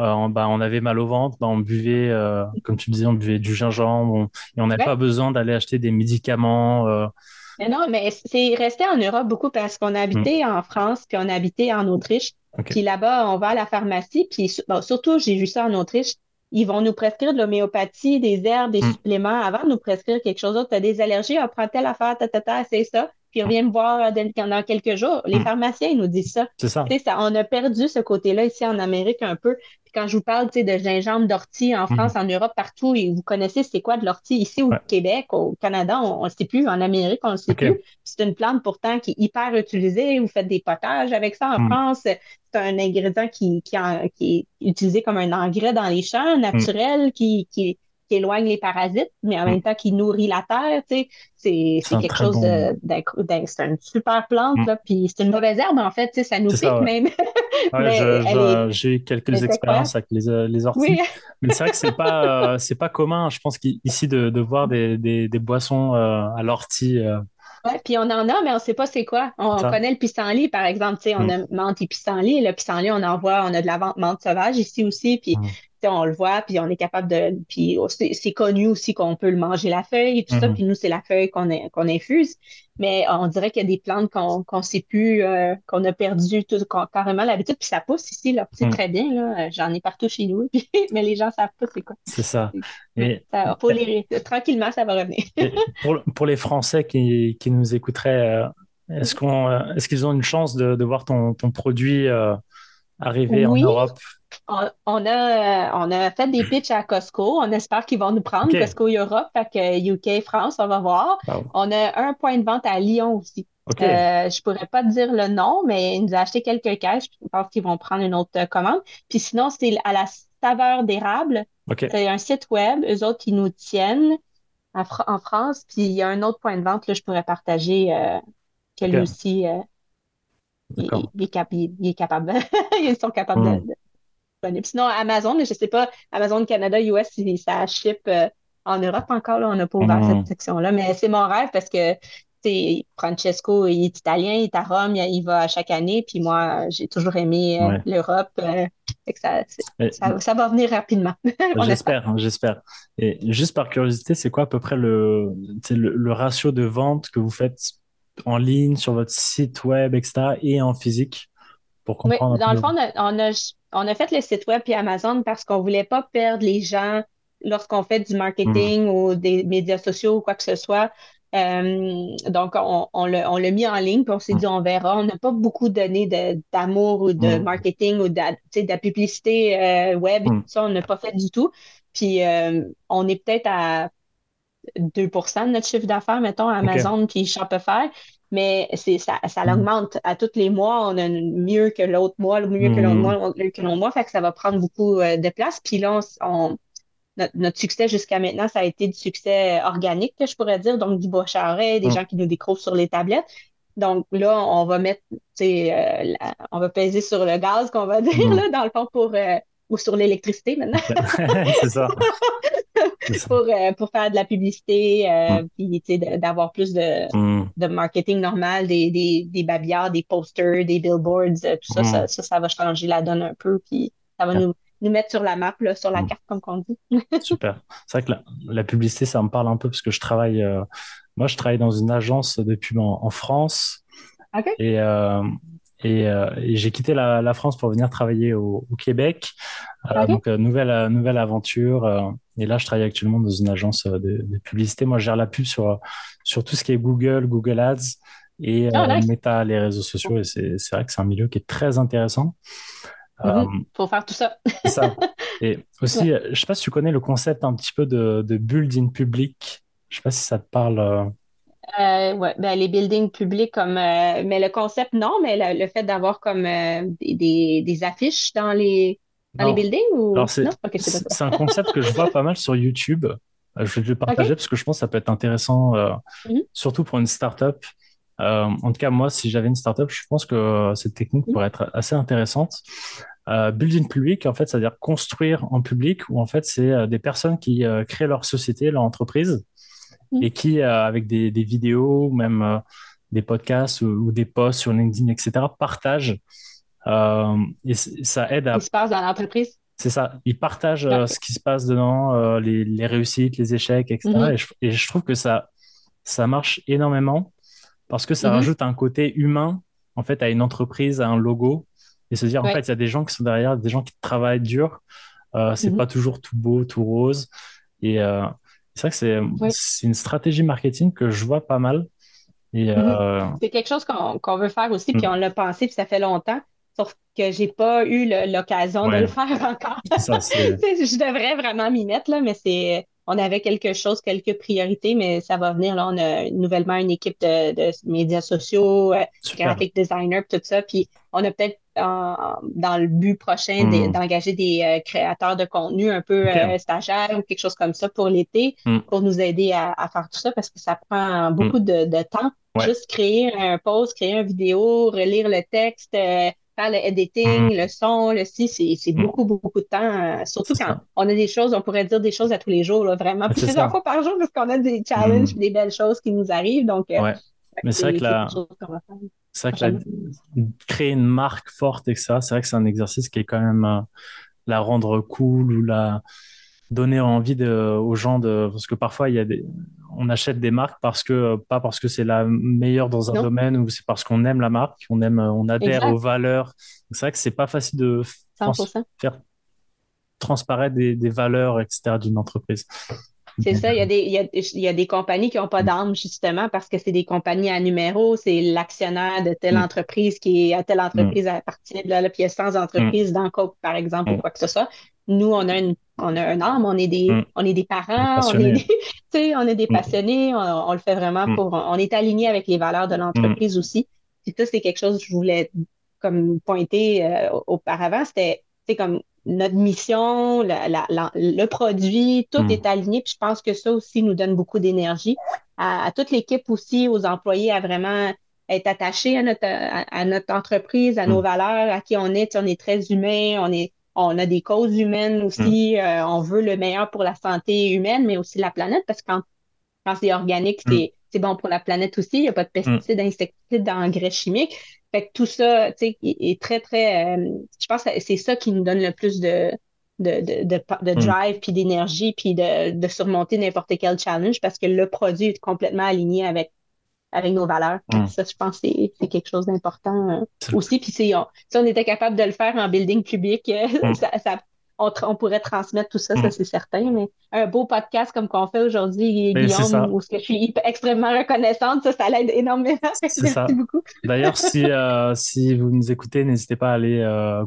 on avait mal au ventre, on buvait, comme tu disais, on buvait du gingembre et on n'avait pas
Ouais.
besoin d'aller acheter des médicaments.
Mais non, mais c'est resté en Europe beaucoup parce qu'on a
Mm,
habité en France, puis on a habité en Autriche.
ok.
Puis là-bas, on va à la pharmacie, puis bon, surtout, j'ai vu ça en Autriche, ils vont nous prescrire de l'homéopathie, des herbes, des
Mm,
suppléments avant de nous prescrire quelque chose d'autre. Tu as des allergies, on prend telle affaire, c'est ça, puis reviens me voir dans quelques jours. Les
mm,
pharmaciens, ils nous disent ça.
c'est ça.
Tu sais, ça, on a perdu ce côté-là ici en Amérique un peu. Puis quand je vous parle, tu sais, de gingembre, d'ortie en
Mm,
France, en Europe, partout, et vous connaissez c'est quoi de l'ortie ici au
ouais.
Québec, au Canada, on ne le sait plus, en Amérique, on ne le sait plus.
Ok.
C'est une plante pourtant qui est hyper utilisée. Vous faites des potages avec ça en
Mm,
France. C'est un ingrédient qui est utilisé comme un engrais dans les champs,
mm,
naturel, qui éloigne les parasites, mais en
mm.
même temps qui nourrit la terre. Tu sais,
C'est
c'est
un
quelque
très
chose
bon.
c'est une super plante,
Mm,
là, puis c'est une mauvaise herbe, en fait. Tu sais, ça nous
c'est ça,
pique
ouais.
même,
Ouais,
mais
j'ai eu
elle
quelques
est incroyable.
expériences avec les orties,
Oui,
mais c'est vrai que c'est pas commun, je pense qu'ici de voir des boissons à l'ortie,
ouais, puis on en a, mais on ne sait pas c'est quoi. On
ça.
connaît le pissenlit, par exemple. Tu sais, on
Mm,
a menthe et pissenlit. Le pissenlit, on a de la menthe sauvage ici aussi. Puis,
mm,
tu sais, on le voit, puis on est capable de. Puis, c'est connu aussi qu'on peut le manger la feuille et tout ça.
mm,
Puis, nous, c'est la feuille qu'on infuse. Mais on dirait qu'il y a des plantes qu'on sait plus, qu'on a perdu carrément l'habitude. Puis, ça pousse ici, là, c'est
mm.
très bien, là. J'en ai partout chez nous. Mais les gens savent pas c'est quoi.
C'est ça.
Ouais,
Et,
faut tranquillement, ça va revenir.
pour les Français qui nous écouteraient, est-ce qu'ils ont une chance de voir ton produit arriver en
Oui,
Europe?
on a fait des pitchs à Costco. On espère qu'ils vont nous prendre,
Ok.
Costco Europe, fait que UK, France, on va voir.
Wow.
On a un point de vente à Lyon aussi.
Ok.
Je pourrais pas te dire le nom, mais ils nous ont acheté quelques caisses. Je pense qu'ils vont prendre une autre commande. Puis sinon, c'est à la saveur d'érable.
Ok.
C'est un site web, eux autres, qui nous tiennent en France. Puis il y a un autre point de vente, là, je pourrais partager, que lui
Ok.
aussi,
D'accord.
il est capable. Ils sont capables
Mm.
disponible. Sinon, Amazon, mais je sais pas, Amazon Canada, US, si ça ship en Europe encore, là, on n'a pas ouvert cette
Mm.
section-là. Mais c'est mon rêve parce que Francesco, il est italien, il est à Rome, il va à chaque année. Puis moi, j'ai toujours aimé
Ouais.
l'Europe. Fait que
Et
ça va venir rapidement, on espère.
j'espère, hein, j'espère. Et juste par curiosité, c'est quoi à peu près tu sais, le ratio de vente que vous faites en ligne, sur votre site web, etc., et en physique, pour
Oui,
comprendre un
dans le
peu?
fond, on a fait le site web puis Amazon parce qu'on voulait pas perdre les gens. lorsqu'on fait du
Mm.
marketing ou des médias sociaux ou quoi que ce soit. Donc, on l'a mis en ligne, puis on s'est
Mm.
dit, on verra. On n'a pas beaucoup donné d'amour ou de
Mm.
marketing ou tu sais, de la publicité web et tout
Mm.
ça. On n'a pas fait du tout. Puis, on est peut-être à 2% de notre chiffre d'affaires, mettons,
Ok.
Amazon puis Shopify. Mais ça
Mm.
l'augmente. À tous les mois, on a mieux que l'autre mois, mieux que l'autre
Mm.
mois, mieux que l'autre mois. Fait que ça va prendre beaucoup de place. Puis là, notre succès jusqu'à maintenant, ça a été du succès organique, que je pourrais dire, donc du bouche à oreille, des
Mm.
gens qui nous découvrent sur les tablettes. Donc là, on va mettre, tu sais, on va peser sur le gaz, qu'on va dire,
Mm.
là, dans le fond, ou sur l'électricité maintenant,
Ok. C'est ça. C'est ça.
pour faire de la publicité,
Mm.
puis, tu sais, d'avoir plus
Mm.
de marketing normal, des babillards, des posters, des billboards, tout ça,
Mm.
ça va changer la donne un peu, puis ça va
Ok.
nous mettre sur la map, là, sur la
Mm.
carte, comme on dit.
Super. C'est vrai que la publicité, ça me parle un peu parce que moi, je travaille dans une agence de pub en France
OK?
et, euh, et j'ai quitté la France pour venir travailler au Québec.
OK?
Donc, nouvelle aventure. Et là, je travaille actuellement dans une agence de publicité. Moi, je gère la pub sur tout ce qui est Google Ads et
Oh, nice.
Meta, les réseaux sociaux. Et c'est vrai que c'est un milieu qui est très intéressant. Euh,
Mhm. Faut faire tout ça.
c'est ça. Et
Ouais.
aussi, je sais pas si tu connais le concept un petit peu de build in public. Je sais pas si ça te parle.
Ouais, ben, les buildings publics mais le concept, non, mais le fait d'avoir comme des affiches dans les
Non.
buildings
Alors,
ou non? OK, c'est pas ça.
c'est un concept que je vois pas mal sur YouTube. Je vais te le
OK?
partager parce que je pense que ça peut être intéressant,
Mhm.
surtout pour une startup. En tout cas, moi, si j'avais une startup, je pense que cette technique
Mhm.
pourrait être assez intéressante. Build in public, en fait, c'est-à-dire construire en public, où en fait, c'est des personnes qui créent leur société, leur entreprise,
Mhm.
et qui, avec des vidéos, ou même des podcasts ou des posts sur LinkedIn, etc., partagent. Ça aide
Qui se passe dans l'entreprise?
c'est ça, ils partagent
OK.
ce qui se passe dedans, les réussites, les échecs, etc.
Mhm.
Et je trouve que ça marche énormément parce que ça
Mhm.
rajoute un côté humain, en fait, à une entreprise, à un logo, et se dire, en fait,
Ouais.
il y a des gens qui sont derrière, des gens qui travaillent dur. C'est
Mhm.
pas toujours tout beau, tout rose. Et c'est vrai que
Ouais.
c'est une stratégie marketing que je vois pas mal. Et
Mhm. C'est quelque chose qu'on veut faire aussi, puis
mm,
on l'a pensé, puis ça fait longtemps, sauf que j'ai pas eu l'occasion de le
ouais,
faire encore.
c'est ça, c'est
Tu sais, je devrais vraiment m'y mettre, là, mais on avait quelque chose, quelques priorités, mais ça va venir, là, on a nouvellement une équipe de médias sociaux,
super.
graphic designer, puis tout ça, puis on a peut-être dans le but prochain
Mm,
d'engager des créateurs de contenu un peu
ok.
stagiaires ou quelque chose comme ça pour l'été,
Mm,
pour nous aider à faire tout ça, parce que ça prend
mm,
beaucoup de temps.
ouais.
Juste créer un post, créer une vidéo, relire le texte, faire le editing,
Mm,
le son, le ci, c'est
mm,
beaucoup, beaucoup de temps. Surtout
c'est
quand
ça.
on a des choses, on pourrait dire des choses à tous les jours, là, vraiment
C'est
plusieurs
ça.
fois par jour, parce qu'on a des challenges,
Mm,
des belles choses qui nous arrivent. Donc,
ouais. Mais
c'est quelque chose qu'on va faire
c'est vrai que
prochainement.
créer une marque forte, etc., c'est vrai que c'est un exercice qui est quand même la rendre cool ou la donner envie aux gens parce que parfois on achète des marques pas parce que c'est la meilleure dans un
Non?
domaine ou c'est parce qu'on aime la marque, on adhère aux
Exact,
valeurs. C'est vrai que c'est pas facile de
100%.
faire transparaître des valeurs, etc., d'une entreprise.
C'est
Mais,
ça, il y a des compagnies qui n'ont pas d'âme, justement, parce que c'est des compagnies à numéro, c'est l'actionnaire de telle
mm,
entreprise qui est à telle
mm,
entreprise appartient, là, puis il y a 100
mm,
entreprises dans Coke, par exemple, ou
mm,
quoi que ce soit. Nous, on a un âme,
mm.
on est des
Des
parents,
passionnés.
tu sais, on est des
Mm,
passionnés, on le fait vraiment
mm,
on est aligné avec les valeurs de
mm,
l'entreprise aussi. Puis ça, c'est quelque chose que je voulais comme pointer auparavant, c'est comme notre mission, le produit, tout est
mm,
aligné. Puis je pense que ça aussi nous donne beaucoup d'énergie. À toute l'équipe aussi, aux employés, à vraiment être attachés à notre entreprise, à nos
mm,
valeurs, à qui on est. Tu sais, on est très humain, on a des causes humaines
mm,
aussi. On veut le meilleur pour la santé humaine, mais aussi la planète, parce que quand c'est organique,
mm,
c'est bon pour la planète aussi. Il n'y a pas de
mm,
pesticides, insecticides, d'engrais chimiques. Fait que tout ça, tu sais, est très, très. Je pense que c'est ça qui nous donne le plus de
mm,
drive, puis d'énergie, puis de surmonter n'importe quel challenge parce que le produit est complètement aligné avec nos valeurs. Fait que
mm.
ça, je pense que c'est quelque chose d'important
C'est le plus-
aussi. Puis si on était capable de le faire en building public,
mm.
ça on pourrait transmettre tout ça, ça
Mm.
c'est certain. Mais un beau podcast comme qu'on fait aujourd'hui,
Mais c'est
Guillaume,
ça,
où ce que je suis extrêmement reconnaissante, ça l'aide énormément.
c'est
Merci
ça.
beaucoup.
D'ailleurs, si vous nous écoutez, n'hésitez pas à aller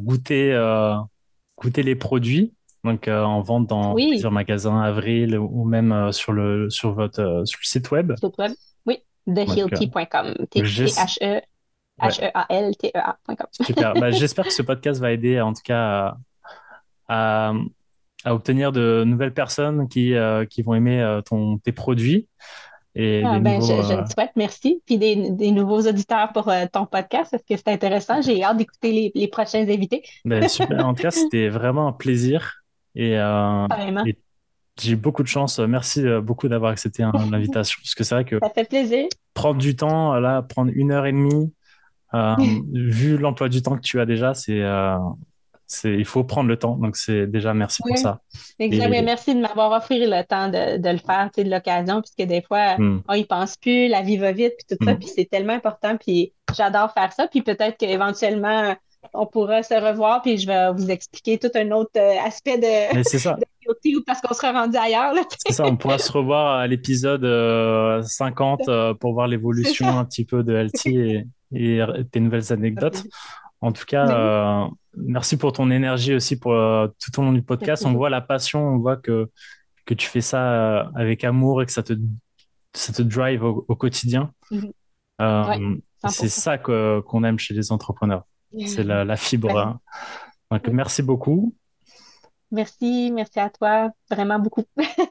goûter les produits. Donc, en vente dans
Oui,
plusieurs magasins, Avril ou même sur le site web.
site web. Oui,
Donc,
thehealthy.com.
j'es- ouais,
Healtea.com.
super. Bah, j'espère que ce podcast va aider en tout cas à, à obtenir de nouvelles personnes qui vont aimer tes produits et
Ah,
des
ben,
nouveaux.
je le souhaite, merci. Puis des nouveaux auditeurs pour ton podcast, parce que c'est intéressant. J'ai hâte d'écouter les prochains invités.
Ben, super. En tout cas, c'était vraiment un plaisir et, euh,
Vraiment.
et j'ai eu beaucoup de chance. Merci beaucoup d'avoir accepté l'invitation parce que c'est vrai que
Ça fait plaisir.
prendre du temps, là, prendre 1 heure et demie, euh, vu l'emploi du temps que tu as déjà, il faut prendre le temps. Donc, c'est déjà merci pour
Oui,
ça.
exact. Oui,
Et
merci de m'avoir offert le temps de le faire, tu sais, de l'occasion, puisque des fois,
hmm,
on y pense plus, la vie va vite, puis tout ça, puis
hmm.
c'est tellement important, puis j'adore faire ça, puis peut-être qu'éventuellement, on pourra se revoir, puis je vais vous expliquer tout un autre aspect
Mais c'est
de
ça.
beauty, parce qu'on sera rendu ailleurs, là, tu
C'est ça, on pourra se revoir à l'épisode 50
sais.
pour voir
C'est ça.
l'évolution un petit peu de LT et tes nouvelles
Ça fait
anecdotes.
plaisir.
En tout cas,
Oui,
merci pour ton énergie aussi pour tout au long du
ça fait
podcast. On
plaisir.
voit la passion, on voit que tu fais ça avec amour et que ça te drive au quotidien.
Mhm. Ouais,
C'est
100%.
ça qu'on aime chez les entrepreneurs. C'est la fibre,
Ben,
hein. Donc,
oui.
merci beaucoup.
Merci, merci à toi, vraiment beaucoup.